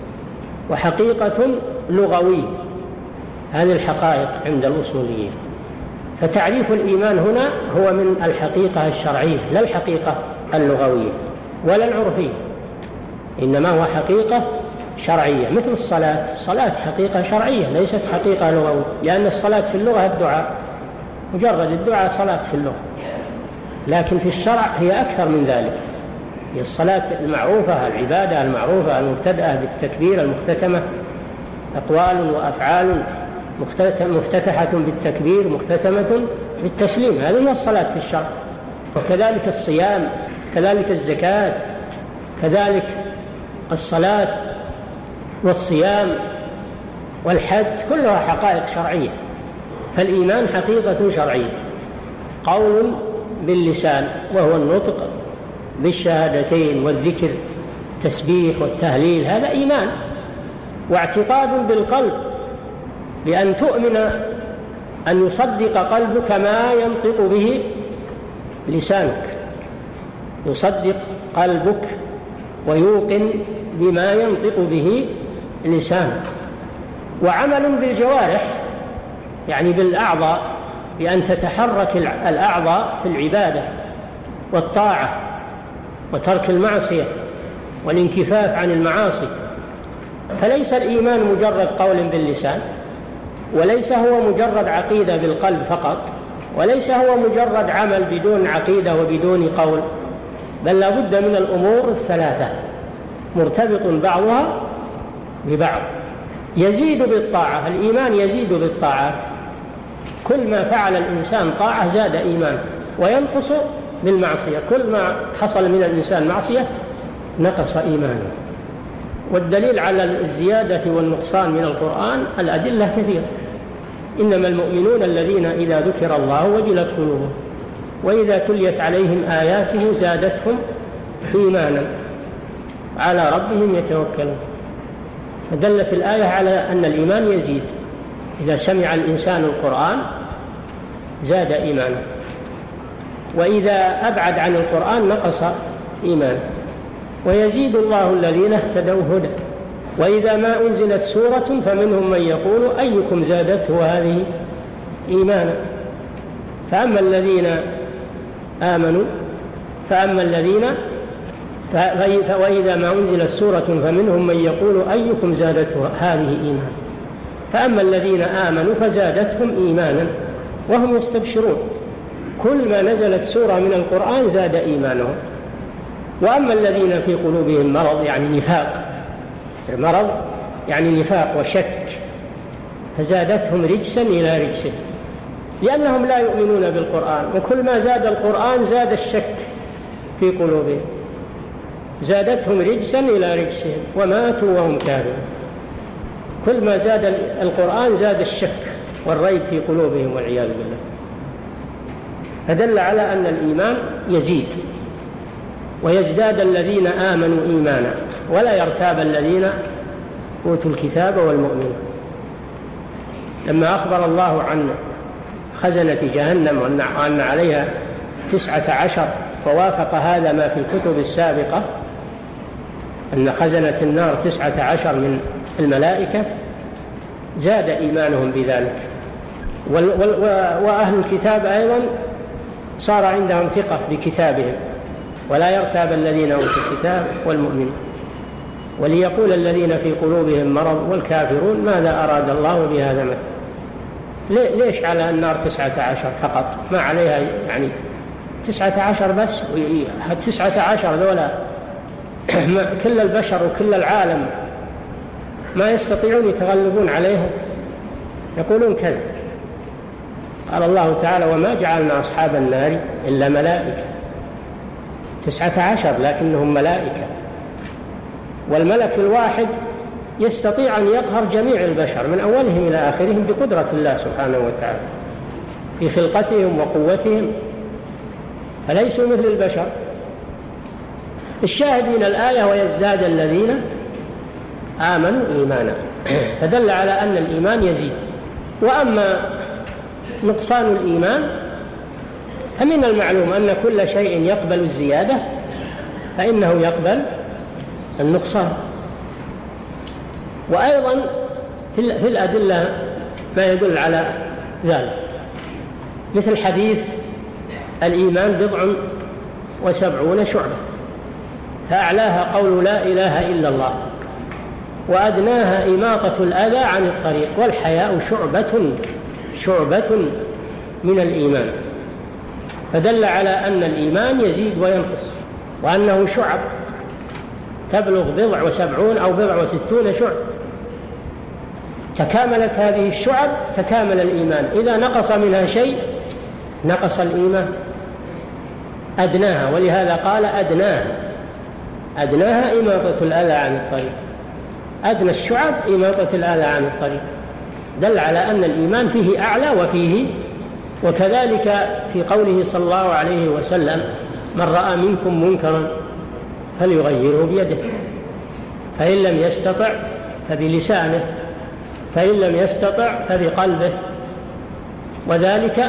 وحقيقة لغوية. هذه الحقائق عند الأصوليين. فتعريف الإيمان هنا هو من الحقيقة الشرعية، لا الحقيقة اللغوية ولا العرفية، إنما هو حقيقة شرعية. مثل الصلاة. الصلاة حقيقة شرعية ليست حقيقة لغوية، لأن الصلاة في اللغة الدعاء، مجرد الدعاء صلاة في اللغة، لكن في الشرع هي أكثر من ذلك. هي الصلاة المعروفة، العبادة المعروفة المبتدأة بالتكبير، المختتمة أقوال وأفعال، مفتتحة بالتكبير مختتمة بالتسليم، هذه هي الصلاة في الشرع. وكذلك الصيام، كذلك الزكاة، كذلك الصلاة والصيام والحج، كلها حقائق شرعية. فالإيمان حقيقة شرعية، قول باللسان وهو النطق بالشهادتين والذكر، التسبيح والتهليل، هذا إيمان. واعتقاد بالقلب، بأن تؤمن، أن يصدق قلبك ما ينطق به لسانك، يصدق قلبك ويوقن بما ينطق به لسانك. وعمل بالجوارح، يعني بالأعضاء، بأن تتحرك الأعضاء في العبادة والطاعة وترك المعصية والانكفاف عن المعاصي. فليس الإيمان مجرد قول باللسان، وليس هو مجرد عقيدة بالقلب فقط، وليس هو مجرد عمل بدون عقيدة وبدون قول، بل لا بد من الأمور الثلاثة، مرتبط بعضها ببعض. يزيد بالطاعة، الإيمان يزيد بالطاعات، كل ما فعل الإنسان طاعة زاد إيمان، وينقص بالمعصية، كل ما حصل من الإنسان معصية نقص إيمانه. والدليل على الزيادة والنقصان من القرآن الأدلة كثيرة. إنما المؤمنون الذين إذا ذكر الله وجلت قلوبهم وإذا تليت عليهم آياته زادتهم إيمانا على ربهم يتوكلون. فدلت الآية على أن الإيمان يزيد، إذا سمع الإنسان القرآن زاد إيمانه، وإذا أبعد عن القرآن نقص إيمانه. ويزيد الله الذين اهتدوا هدى. وإذا ما أنزلت سورة فمنهم من يقول أيكم زادته هذه إيمانا. فأما الذين آمنوا فأما الذين وإذا ما أنزلت سورة فمنهم من يقول أيكم زادته هذه إيمانا فأما الذين آمنوا فزادتهم إيمانا وهم يستبشرون. كل ما نزلت سورة من القرآن زاد إيمانهم. وأما الذين في قلوبهم مرض يعني نفاق، المرض يعني نفاق وشك، فزادتهم رجسا إلى رجسهم لأنهم لا يؤمنون بالقرآن. وكل ما زاد القرآن زاد الشك في قلوبهم، زادتهم رجسا إلى رجسهم وماتوا وهم كافرون. كل ما زاد القرآن زاد الشك والريب في قلوبهم والعياذ بالله. فدل على أن الإيمان يزيد ويزداد الذين آمنوا إيمانا ولا يرتاب الذين أوتوا الكتاب والمؤمنون. لما أخبر الله عن خزنة جهنم وأن عليها 19 ووافق هذا ما في الكتب السابقة أن خزنة النار 19 من الملائكة، زاد إيمانهم بذلك. وأهل الكتاب أيضا صار عندهم ثقة بكتابهم ولا يرتاب الذين أوتوا الكتاب والمؤمنون. وليقول الذين في قلوبهم مرض والكافرون ماذا أراد الله بهذا مثلا. ليش على النار 19 فقط؟ ما عليها يعني 19 بس؟ 19 ذولا كل البشر وكل العالم ما يستطيعون يتغلبون عليهم؟ يقولون كذا. قال الله تعالى وما جعلنا أصحاب النار إلا ملائكة. 19 لكنهم ملائكة، والملك الواحد يستطيع أن يقهر جميع البشر من أولهم إلى آخرهم بقدرة الله سبحانه وتعالى في خلقتهم وقوتهم، فليسوا مثل البشر. الشاهد من الآية ويزداد الذين آمنوا إيمانا، فدل على أن الإيمان يزيد. وأما نقصان الإيمان فمن المعلوم أن كل شيء يقبل الزيادة فإنه يقبل النقصان. وأيضا في الأدلة ما يدل على ذلك، مثل حديث الإيمان 70 شعبة، فأعلاها قول لا إله إلا الله، وأدناها إماطة الأذى عن الطريق، والحياء شعبة من الإيمان. فدل على أن الإيمان يزيد وينقص، وأنه شعب تبلغ 70 أو 60 شعب. تكاملت هذه الشعب تكامل الإيمان. إذا نقص منها شيء نقص الإيمان. أدناها، ولهذا قال أدناها إماطة الأذى عن الطريق. أدنى الشعب إماطة الأذى عن الطريق، دل على أن الإيمان فيه أعلى وفيه. وكذلك في قوله صلى الله عليه وسلم من رأى منكم منكرا فليغيره بيده، فإن لم يستطع فبلسانه، فإن لم يستطع فبقلبه، وذلك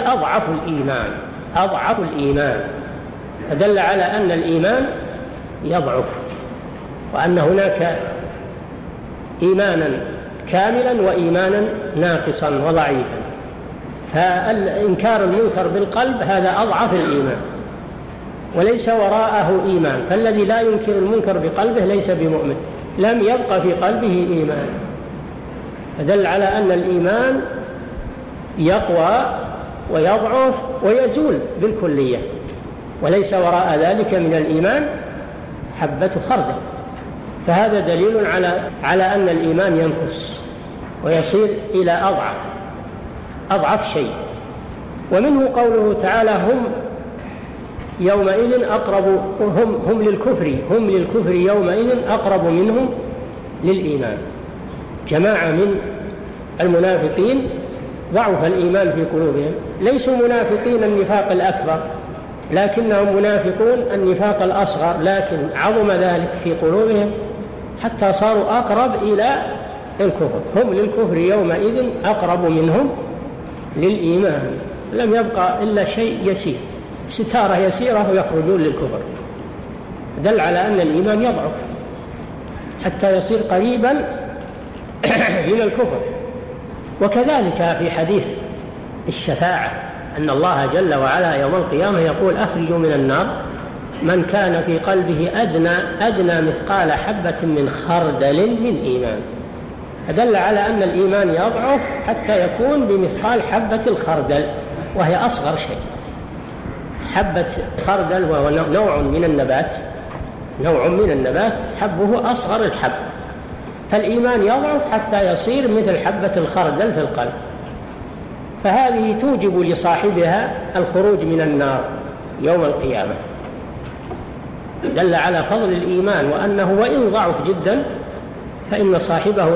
أضعف الإيمان. فدل على أن الإيمان يضعف، وأن هناك إيمانا كاملا وإيمانا ناقصا وضعيفا. فإنكار المنكر بالقلب هذا أضعف الإيمان وليس وراءه إيمان. فالذي لا ينكر المنكر بقلبه ليس بمؤمن، لم يبقى في قلبه إيمان. فدل على أن الإيمان يقوى ويضعف ويزول بالكلية، وليس وراء ذلك من الإيمان حبة خردل. فهذا دليل على أن الإيمان ينقص ويصير إلى أضعف شيء. ومنه قوله تعالى هم يومئذ أقرب هم للكفر يومئذ أقرب منهم للإيمان. جماعة من المنافقين ضعف الإيمان في قلوبهم، ليسوا منافقين النفاق الأكبر، لكنهم منافقون النفاق الأصغر، لكن عظم ذلك في قلوبهم حتى صاروا أقرب إلى الكفر. هم للكفر يومئذ أقرب منهم للإيمان. لم يبقى إلا شيء يسير، ستارة يسيرة ويخرجون للكفر. دل على أن الإيمان يضعف حتى يصير قريبا من الكفر. وكذلك في حديث الشفاعة أن الله جل وعلا يوم القيامة يقول أخرجوا من النار من كان في قلبه أدنى مثقال حبة من خردل من إيمان. فدل على أن الإيمان يضعف حتى يكون بمثقال حبة الخردل، وهي أصغر شيء. حبة خردل وهو نوع من النبات حبه أصغر الحب، فالإيمان يضعف حتى يصير مثل حبة الخردل في القلب، فهذه توجب لصاحبها الخروج من النار يوم القيامة. دل على فضل الإيمان وأنه وإن ضعف جدا فإن صاحبه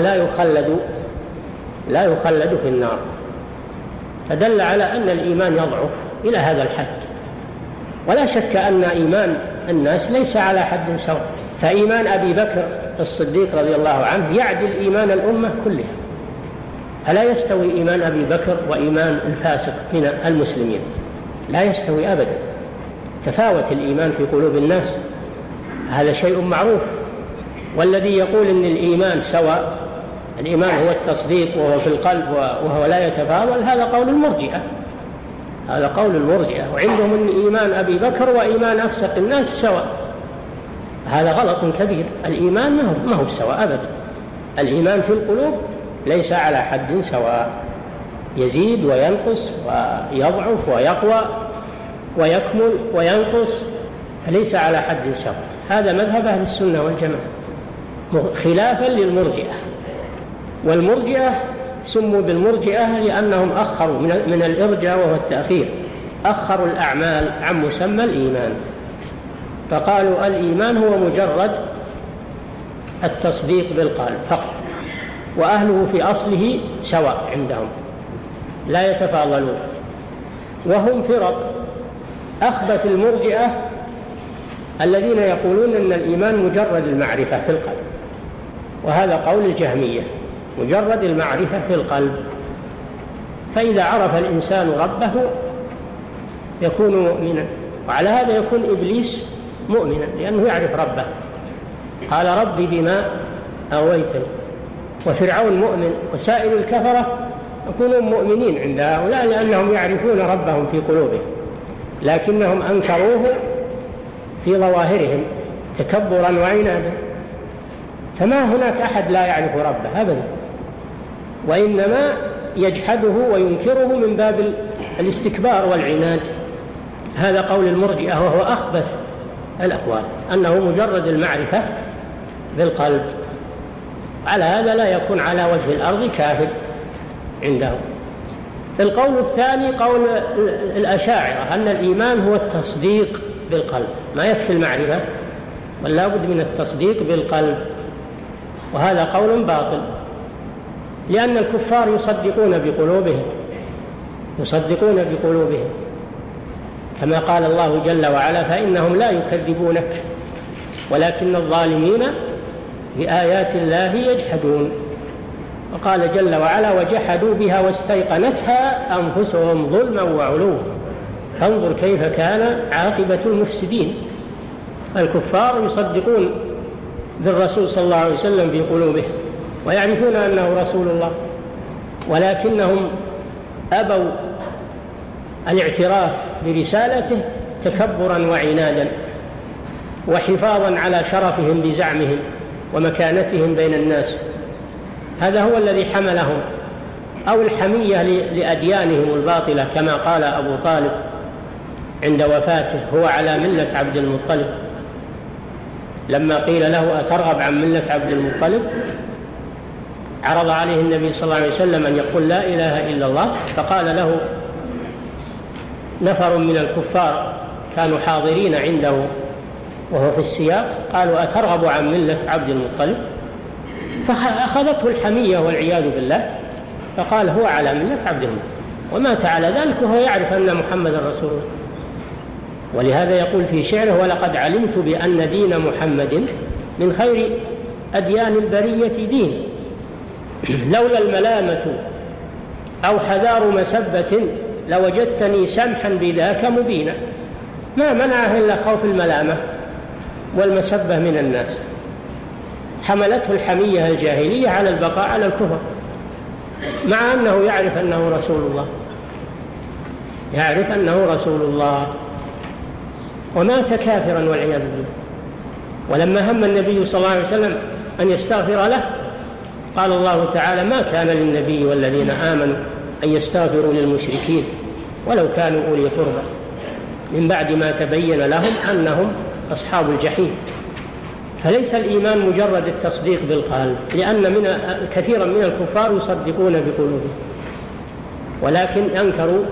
لا يخلد في النار. فدل على أن الإيمان يضعف إلى هذا الحد. ولا شك أن إيمان الناس ليس على حد سواء، فإيمان أبي بكر الصديق رضي الله عنه يعدل إيمان الأمة كلها، فلا يستوي إيمان أبي بكر وإيمان الفاسق من المسلمين، لا يستوي أبدا. تفاوت الإيمان في قلوب الناس، هذا شيء معروف. والذي يقول إن الإيمان سواء، الإيمان هو التصديق وهو في القلب وهو لا يتفاضل، هذا قول المرجئة، وعندهم أن إيمان أبي بكر وإيمان أفسق الناس سواء. هذا غلط كبير. الإيمان ما هو سواء أبدا. الإيمان في القلوب ليس على حد سواء، يزيد وينقص ويضعف ويقوى ويكمل وينقص، فليس على حد سواء. هذا مذهب أهل السنة والجماعة، خلافا للمرجئة. والمرجئة سموا بالمرجئة لأنهم أخروا من الإرجاء وهو التأخير، أخروا الأعمال عن مسمى الإيمان، فقالوا الإيمان هو مجرد التصديق بالقلب فقط، وأهله في أصله سواء عندهم لا يتفاضلون. وهم فرق. أخبث المرجئة الذين يقولون أن الإيمان مجرد المعرفة في القلب، وهذا قول الجهمية، مجرد المعرفة في القلب. فإذا عرف الإنسان ربه يكون مؤمنا، وعلى هذا يكون إبليس مؤمنا لأنه يعرف ربه، قال ربي بما أغويتني. وفرعون مؤمن، وسائر الكفرة يكونون مؤمنين عند هؤلاء لأنهم يعرفون ربهم في قلوبهم، لكنهم أنكروه في ظواهرهم تكبرا وعنادا. فما هناك أحد لا يعرف ربه أبدا، وإنما يجحده وينكره من باب الاستكبار والعناد. هذا قول المرجئة، وهو أخبث الأقوال، أنه مجرد المعرفة بالقلب. على هذا لا يكون على وجه الأرض كافر عندهم. القول الثاني قول الأشاعرة، أن الإيمان هو التصديق بالقلب، ما يكفي المعرفة بل لا بد من التصديق بالقلب، وهذا قول باطل، لأن الكفار يصدقون بقلوبهم كما قال الله جل وعلا فإنهم لا يكذبونك ولكن الظالمين بآيات الله يجحدون. وقال جل وعلا وجحدوا بها واستيقنتها أنفسهم ظلما وعلوا فانظر كيف كان عاقبة المفسدين. الكفار يصدقون بالرسول صلى الله عليه وسلم في قلوبهم ويعرفون أنه رسول الله، ولكنهم أبوا الاعتراف برسالته تكبرا وعنادا وحفاظا على شرفهم بزعمهم ومكانتهم بين الناس. هذا هو الذي حملهم، أو الحمية لأديانهم الباطلة، كما قال أبو طالب عند وفاته هو على ملة عبد المطلب، لما قيل له أترغب عن ملة عبد المطلب عرض عليه النبي صلى الله عليه وسلم أن يقول لا إله إلا الله، فقال له نفر من الكفار كانوا حاضرين عنده وهو في السياق قالوا أترغب عن ملة عبد المطلب، فأخذته الحمية والعياذ بالله، فقال هو على ملة عبد المطلب، ومات على ذلك وهو يعرف أن محمد رسول الله. ولهذا يقول في شعره ولقد علمت بأن دين محمد من خير أديان البرية دين، لولا الملامة أو حذار مسبة لوجدتني سمحا بذاك مبينا. ما منعه إلا خوف الملامة والمسبة من الناس، حملته الحمية الجاهلية على البقاء على الكفر، مع أنه يعرف أنه رسول الله، ومات كافرا والعياذ بالله. ولما هم النبي صلى الله عليه وسلم أن يستغفر له قال الله تعالى: ما كان للنبي والذين آمنوا أن يستغفروا للمشركين ولو كانوا أولي قربى من بعد ما تبين لهم أنهم أصحاب الجحيم. فليس الإيمان مجرد التصديق بالقلب، لأن كثيرا من الكفار يصدقون بقلوبهم ولكن أنكروا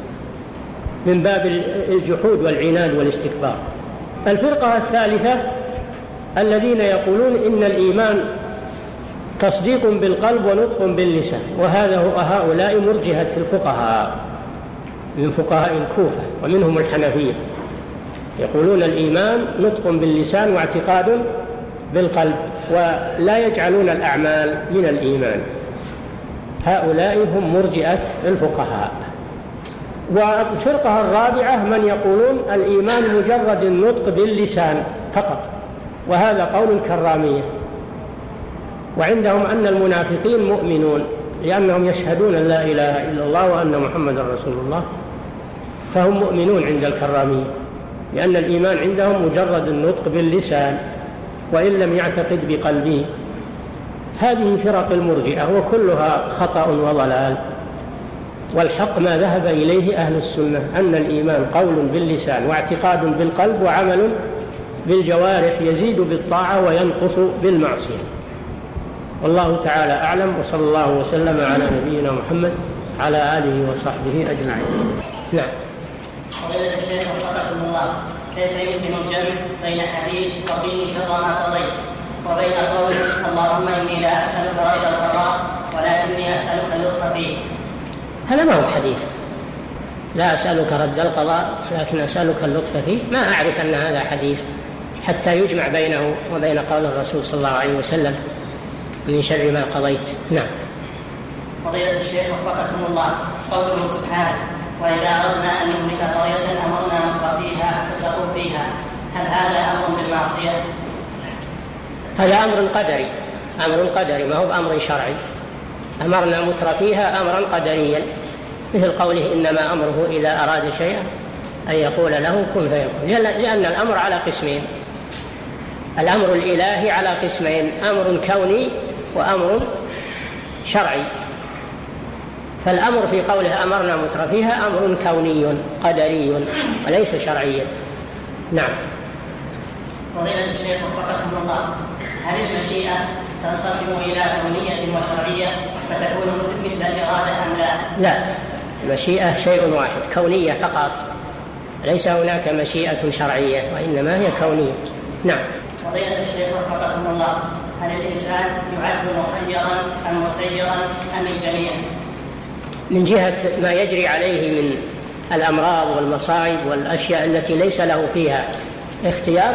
من باب الجحود والعناد والاستكبار. الفرقة الثالثة الذين يقولون إن الإيمان تصديق بالقلب ونطق باللسان، وهؤلاء مرجئة الفقهاء من فقهاء الكوفة ومنهم الحنفية، يقولون الإيمان نطق باللسان واعتقاد بالقلب ولا يجعلون الأعمال من الإيمان. هؤلاء هم مرجئة الفقهاء. والفرقة الرابعة من يقولون الإيمان مجرد النطق باللسان فقط، وهذا قول الكرامية. وعندهم أن المنافقين مؤمنون لأنهم يشهدون أن لا إله إلا الله وأن محمدا رسول الله، فهم مؤمنون عند الكرامية، لأن الإيمان عندهم مجرد النطق باللسان وإن لم يعتقد بقلبه. هذه فرق المرجئة وكلها خطأ وضلال، والحق ما ذهب إليه أهل السنة أن الإيمان قول باللسان واعتقاد بالقلب وعمل بالجوارح، يزيد بالطاعة وينقص بالمعصية. والله تعالى أعلم، وصلى الله وسلم على نبينا محمد على آله وصحبه أجمعين. نعم. فضيلة الشيخ وفقكم الله، كيف يمكن الجمع بين حديث قضي شر ما قضيت وبين قول اللهم إني لا أسألك رد القضاء ولكني أسألك اللطف فيه؟ هذا ما هو حديث، لا أسألك رد القضاء لكن أسألك اللطف فيه، ما أعرف أن هذا حديث حتى يجمع بينه وبين قول الرسول صلى الله عليه وسلم من شر ما قضيت. نعم. فضيلة الشيخ وفقكم الله، قوله سبحانه: وإذا أردنا أن نملك قرية أمرنا مترفيها فسقوا فيها، هل هذا أمر بالمعصية؟ هذا أمر قدري ما هو بأمر شرعي. أمرنا مترفيها أمرا قدريا، مثل قوله إنما أمره إذا أراد شيئا أن يقول له كن فيكون، لأن الأمر على قسمين، الأمر الإلهي على قسمين: أمر كوني وأمر شرعي. فالأمر في قوله أمرنا مترفيها أمر كوني قدري وليس شرعيا. نعم. فضيلة الشيخ وفقكم الله، هل المشيئة تنقسم إلى كونية وشرعية فتكون مثل الإرادة أم لا؟ لا، المشيئة شيء واحد، كونية فقط، ليس هناك مشيئة شرعية وإنما هي كونية. نعم. فضيلة الشيخ وفقكم الله، هل الإنسان يعد مخيرا أم مسيرا أم الجميع؟ من جهة ما يجري عليه من الأمراض والمصائب والأشياء التي ليس له فيها اختيار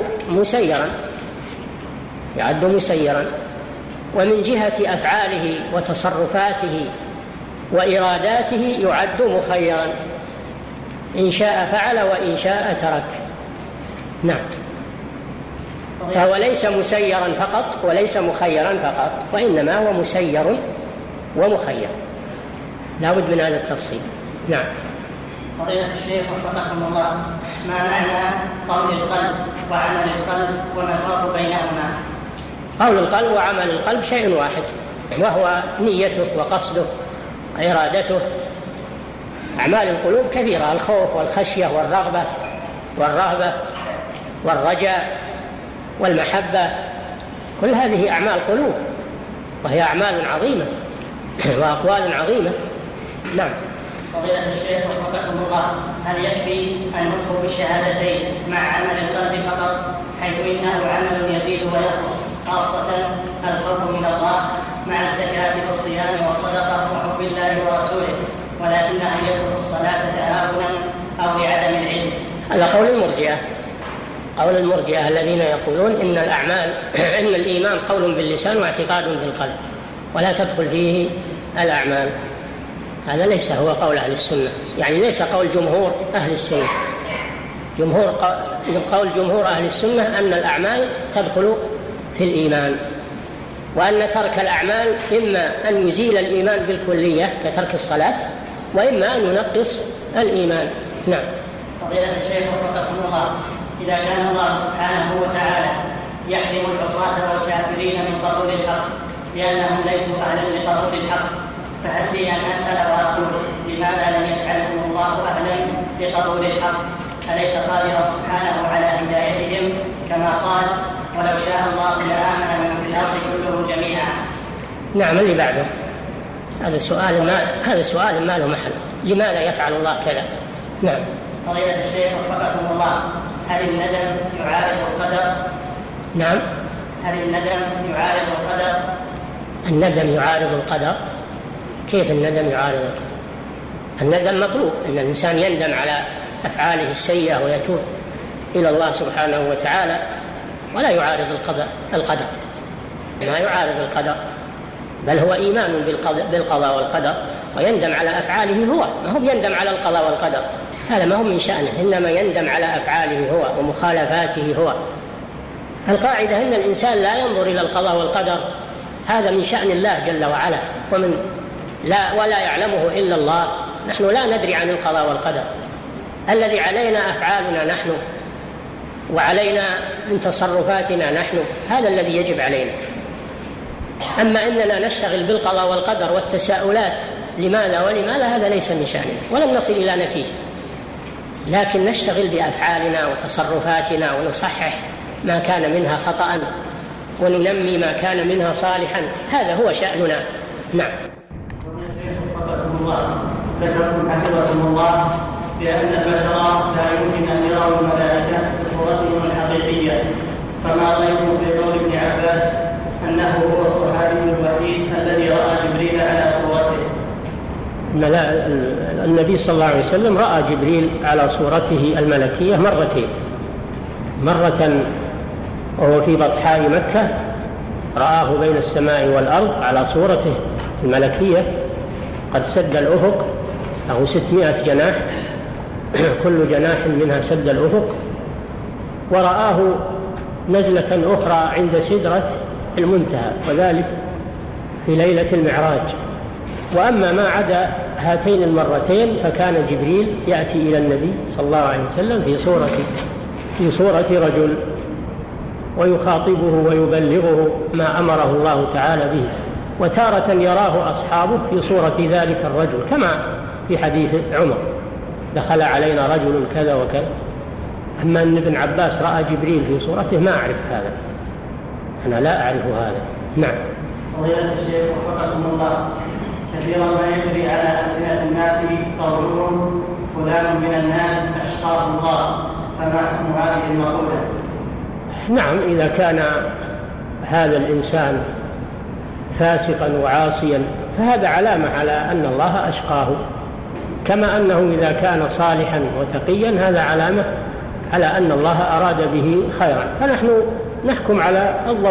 يعد مسيرا، ومن جهة أفعاله وتصرفاته وإراداته يعد مخيرا، إن شاء فعل وإن شاء ترك. نعم. فهو ليس مسيرا فقط وليس مخيرا فقط، وإنما هو مسير ومخير، لا بد من هذا التفصيل. نعم. فضيلة الشيخ وفقكم الله، ما معنى قول القلب وعمل القلب وما الفرق بينهما؟ قول القلب وعمل القلب شيء واحد، وهو نيته وقصده وإرادته. أعمال القلوب كثيرة: الخوف والخشية والرغبة والرهبة والرجاء والمحبة، كل هذه أعمال قلوب، وهي أعمال عظيمة وأقوال عظيمة. نعم. فضيلة الشيخ وفقكم الله، هل يكفي النطق بالشهادتين مع عمل القلب فقط، حيث إنه عمل يزيد وينقص، خاصة الخوف من الله مع الزكاة والصيام والصدقة وحب الله ورسوله، ولكنه يترك الصلاة تهاونا أو لعدم العلم؟ هذا قول المرجئة الذين يقولون إن الإيمان قول باللسان واعتقاد بالقلب ولا تدخل فيه الأعمال. هذا ليس هو قول أهل السنة، يعني ليس قول جمهور أهل السنة. قول جمهور أهل السنة أن الأعمال تدخل في الإيمان، وأن ترك الأعمال إما أن يزيل الإيمان بالكلية كترك الصلاة، وإما أن ينقص الإيمان. نعم. فضيلة الشيخ وفقكم الله، إذا كان الله سبحانه وتعالى يحرم العصاة والكافرين من قبول الحق لأنهم ليسوا أهلا لقبول الحق، فهل لي أن أسأل وأقول لماذا لم يجعلهم الله أهلا لقبول الحق؟ أليس قادرا سبحانه على هدايتهم كما قال ولو شاء الله لآمن من في الأرض كلهم جميعا؟ نعم. اللي بعده هذا سؤال ما له محل. لماذا يفعل الله كذا؟ نعم. فضيلة الشيخ وفقكم الله، هل الندم يعارض القدر؟ نعم. هل الندم يعارض القدر؟ الندم يعارض القدر؟ كيف الندم يعارض القدر؟ الندم مطلوب، أن الإنسان يندم على أفعاله السيئة ويتوب إلى الله سبحانه وتعالى، ولا يعارض القدر. ما يعارض القدر، بل هو إيمان بالقضاء والقدر، ويندم على أفعاله هو، ما هو يندم على القضاء والقدر، هذا ما هو من شأنه، إنما يندم على أفعاله هو ومخالفاته هو. القاعدة أن الإنسان لا ينظر إلى القضاء والقدر، هذا من شأن الله جل وعلا، ولا يعلمه إلا الله. نحن لا ندري عن القضاء والقدر، الذي علينا أفعالنا نحن، وعلينا من تصرفاتنا نحن، هذا الذي يجب علينا. أما إننا نشتغل بالقضاء والقدر والتساؤلات لماذا ولماذا، هذا ليس من شأننا، ولن نصل إلى نتيجة، لكن نشتغل بأفعالنا وتصرفاتنا ونصحح ما كان منها خطأ وننمي ما كان منها صالحا، هذا هو شأننا. نعم. ذكرتم حفظكم الله بأن البشر لا يمكن أن يروا الملائكة بصورتهم الحقيقية، فما رأيكم في قول ابن عباس أنه هو الصحابي الوحيد الذي رأى جبريل على صورته؟ النبي صلى الله عليه وسلم رأى جبريل على صورته الملكية مرتين، مرة وهو في بطحاء مكة رآه بين السماء والأرض على صورته الملكية قد سد الأفق، له 600 جناح، كل جناح منها سد الأفق، ورآه نزلة أخرى عند سدرة المنتهى، وذلك في ليلة المعراج. وأما ما عدا هاتين المرتين فكان جبريل يأتي إلى النبي صلى الله عليه وسلم في صورة رجل، ويخاطبه ويبلغه ما أمره الله تعالى به، وتارة يراه أصحابه في صورة ذلك الرجل، كما في حديث عمر دخل علينا رجل كذا وكذا. أما أن ابن عباس رأى جبريل في صورته ما أعرف هذا، أنا لا أعرف هذا. نعم. فضيلة الشيخ وفقكم الله، كثيرا ما يجري على ألسنة الناس قولهم فلان من الناس أشقاه الله، فما حكم هذه المقولة؟ نعم، إذا كان هذا الإنسان فاسقا وعاصيا فهذا علامة على أن الله أشقاه، كما أنه إذا كان صالحا وتقيا هذا علامة على أن الله أراد به خيرا. فنحن نحكم على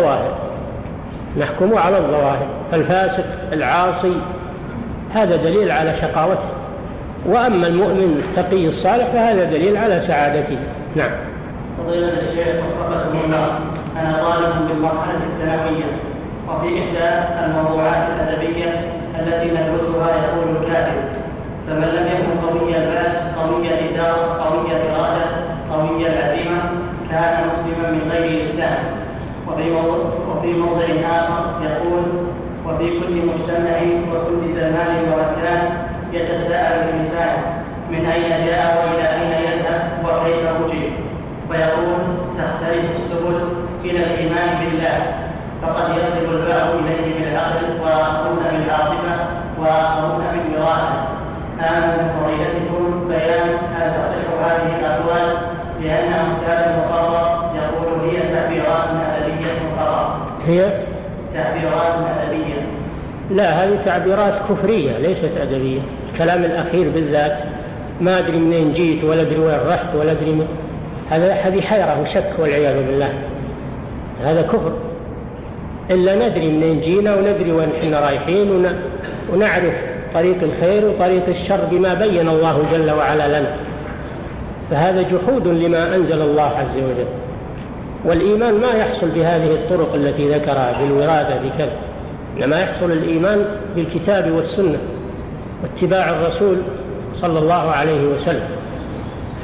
الظواهر، فالفاسق العاصي هذا دليل على شقاوته، وأما المؤمن التقي الصالح فهذا دليل على سعادته. نعم. فضيلة الشيخ وفقكم الله، أنا طالب بالمرحلة الثانوية، وفي إحدى الموضوعات الأدبية التي ندرسها يقول الكاتب: فمن لم يكن قوي البأس قوي الإدارة قوي الإرادة قوي العزيمة كان مسلما من غير إسلام. وفي موضع آخر يقول: وفي كل مجتمع وكل زمان ومكان يتساءل الإنسان من أين جاء وإلى أين يذهب وكيف وجد، ويقول: تختلف السبل إلى الإيمان بالله، فقد يصل البعض إليه بالعقل وآخرون بالعاطفة وآخرون بالإرادة. آمن فضيلتكم بيان هل تصح هذه الأقوال، لأن أستاذ المقرر يقول هي تعبيرات أدبية مقررة. هي تعبيرات أدبية. لا، هذه تعبيرات كفرية ليست أدبية. الكلام الأخير بالذات ما أدري منين جيت ولا أدري وين رحت ولا أدري هذه حيرة وشك والعياذ بالله، هذا كفر. إلا ندري منين جينا وندري وين حنا رايحين ونعرف طريق الخير وطريق الشر بما بين الله جل وعلا لنا، فهذا جحود لما أنزل الله عز وجل. والإيمان ما يحصل بهذه الطرق التي ذكرها بالوراثة بكذا، إنما يحصل الإيمان بالكتاب والسنة واتباع الرسول صلى الله عليه وسلم.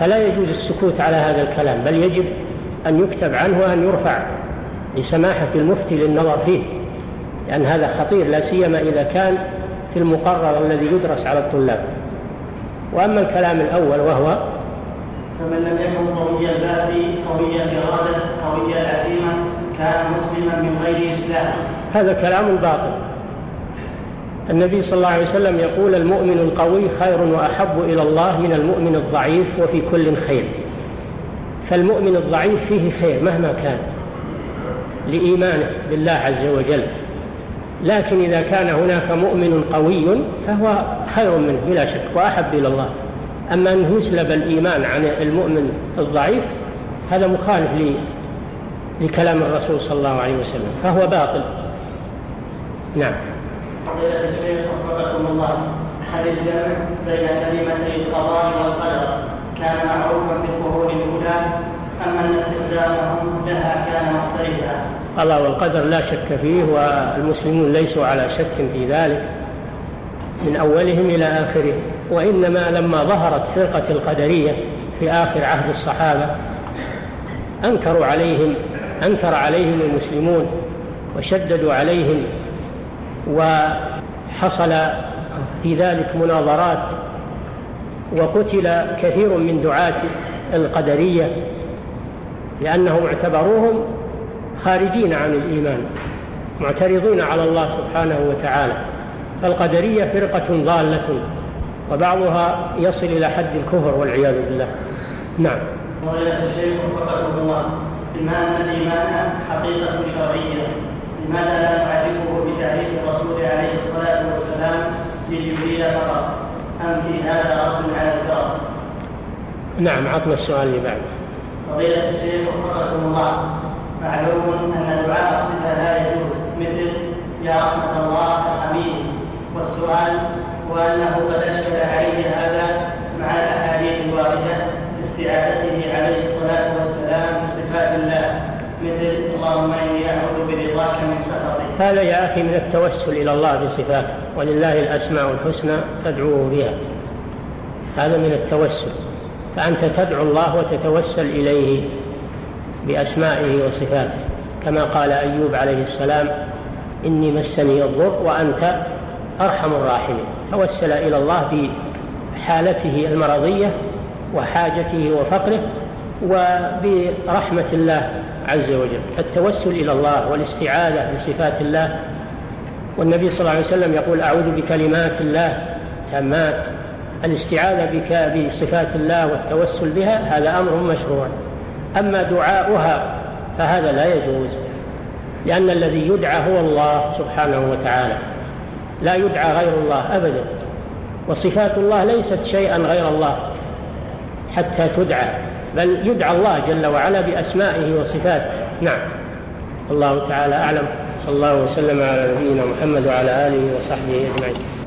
فلا يجوز السكوت على هذا الكلام، بل يجب أن يكتب عنه وأن يرفع لسماحة المفتي للنظر فيه، لأن هذا خطير، لا سيما إذا كان في المقرر الذي يدرس على الطلاب. وأما الكلام الأول وهو فمن لم يكن قوي الباس قوي الإرادة قوي العزيمة كان مسلما من غير إسلام، هذا كلام باطل. النبي صلى الله عليه وسلم يقول: المؤمن القوي خير وأحب إلى الله من المؤمن الضعيف وفي كل خير. فالمؤمن الضعيف فيه خير مهما كان لإيمانه بالله عز وجل، لكن إذا كان هناك مؤمن قوي فهو خير منه بلا شك وأحب إلى الله. أما أن يسلب الإيمان عن المؤمن الضعيف هذا مخالف لكلام الرسول صلى الله عليه وسلم، فهو باطل. نعم. فضيلة الشيخ وفقكم الله، هل الجمع بين كلمتي القضاء والقدر كان معروفا في القرون الأولى أم أن استخدامهم لها كان مختلفا؟ القضاء والقدر لا شك فيه، والمسلمون ليسوا على شك في ذلك من أولهم إلى آخرهم، وإنما لما ظهرت فرقة القدرية في آخر عهد الصحابة أنكر عليهم المسلمون وشددوا عليهم، وحصل في ذلك مناظرات، وقتل كثير من دعاة القدرية لأنهم اعتبروهم خارجين عن الإيمان معترضين على الله سبحانه وتعالى. فالقدرية فرقة ضالة وبعضها يصل إلى حد الكفر والعياذ بالله. نعم. فضيلة الشيخ وفقكم الله، بما أن الإيمان حقيقة شرعية لماذا لا نعرفه بتعريف الرسول عليه الصلاة والسلام لجبريل فقط؟ أم في هذا رد على الكرم؟ نعم، عطنا السؤال اللي بعده. فضيلة الشيخ وفقكم الله، معلوم أن دعاء الصفة لا يجوز، مثل يا رحمة الله ارحميني، والسؤال وأنه قد أشكل عليه هذا مع الأحاديث الواردة باستعاذته عليه الصلاة والسلام بصفات الله، مثل اللهم إني أعوذ برضاك من سخطك. هذا يا أخي من التوسل إلى الله بصفاته، ولله الأسماء الحسنى فادعوه بها، هذا من التوسل. فأنت تدعو الله وتتوسل إليه بأسمائه وصفاته، كما قال أيوب عليه السلام: إني مسني الضر وأنت أرحم الراحمين. توسل إلى الله بحالته المرضية وحاجته وفقره وبرحمة الله عز وجل. التوسل إلى الله والاستعاذة بصفات الله، والنبي صلى الله عليه وسلم يقول: أعوذ بكلمات الله تامات. الاستعاذة بصفات الله والتوسل بها هذا أمر مشروع. أما دعاؤها فهذا لا يجوز، لأن الذي يدعى هو الله سبحانه وتعالى، لا يدعى غير الله أبدا، وصفات الله ليست شيئا غير الله حتى تدعى، بل يدعى الله جل وعلا بأسمائه وصفاته. نعم. الله تعالى أعلم. صلى الله وسلم على نبينا محمد وعلى آله وصحبه أجمعين.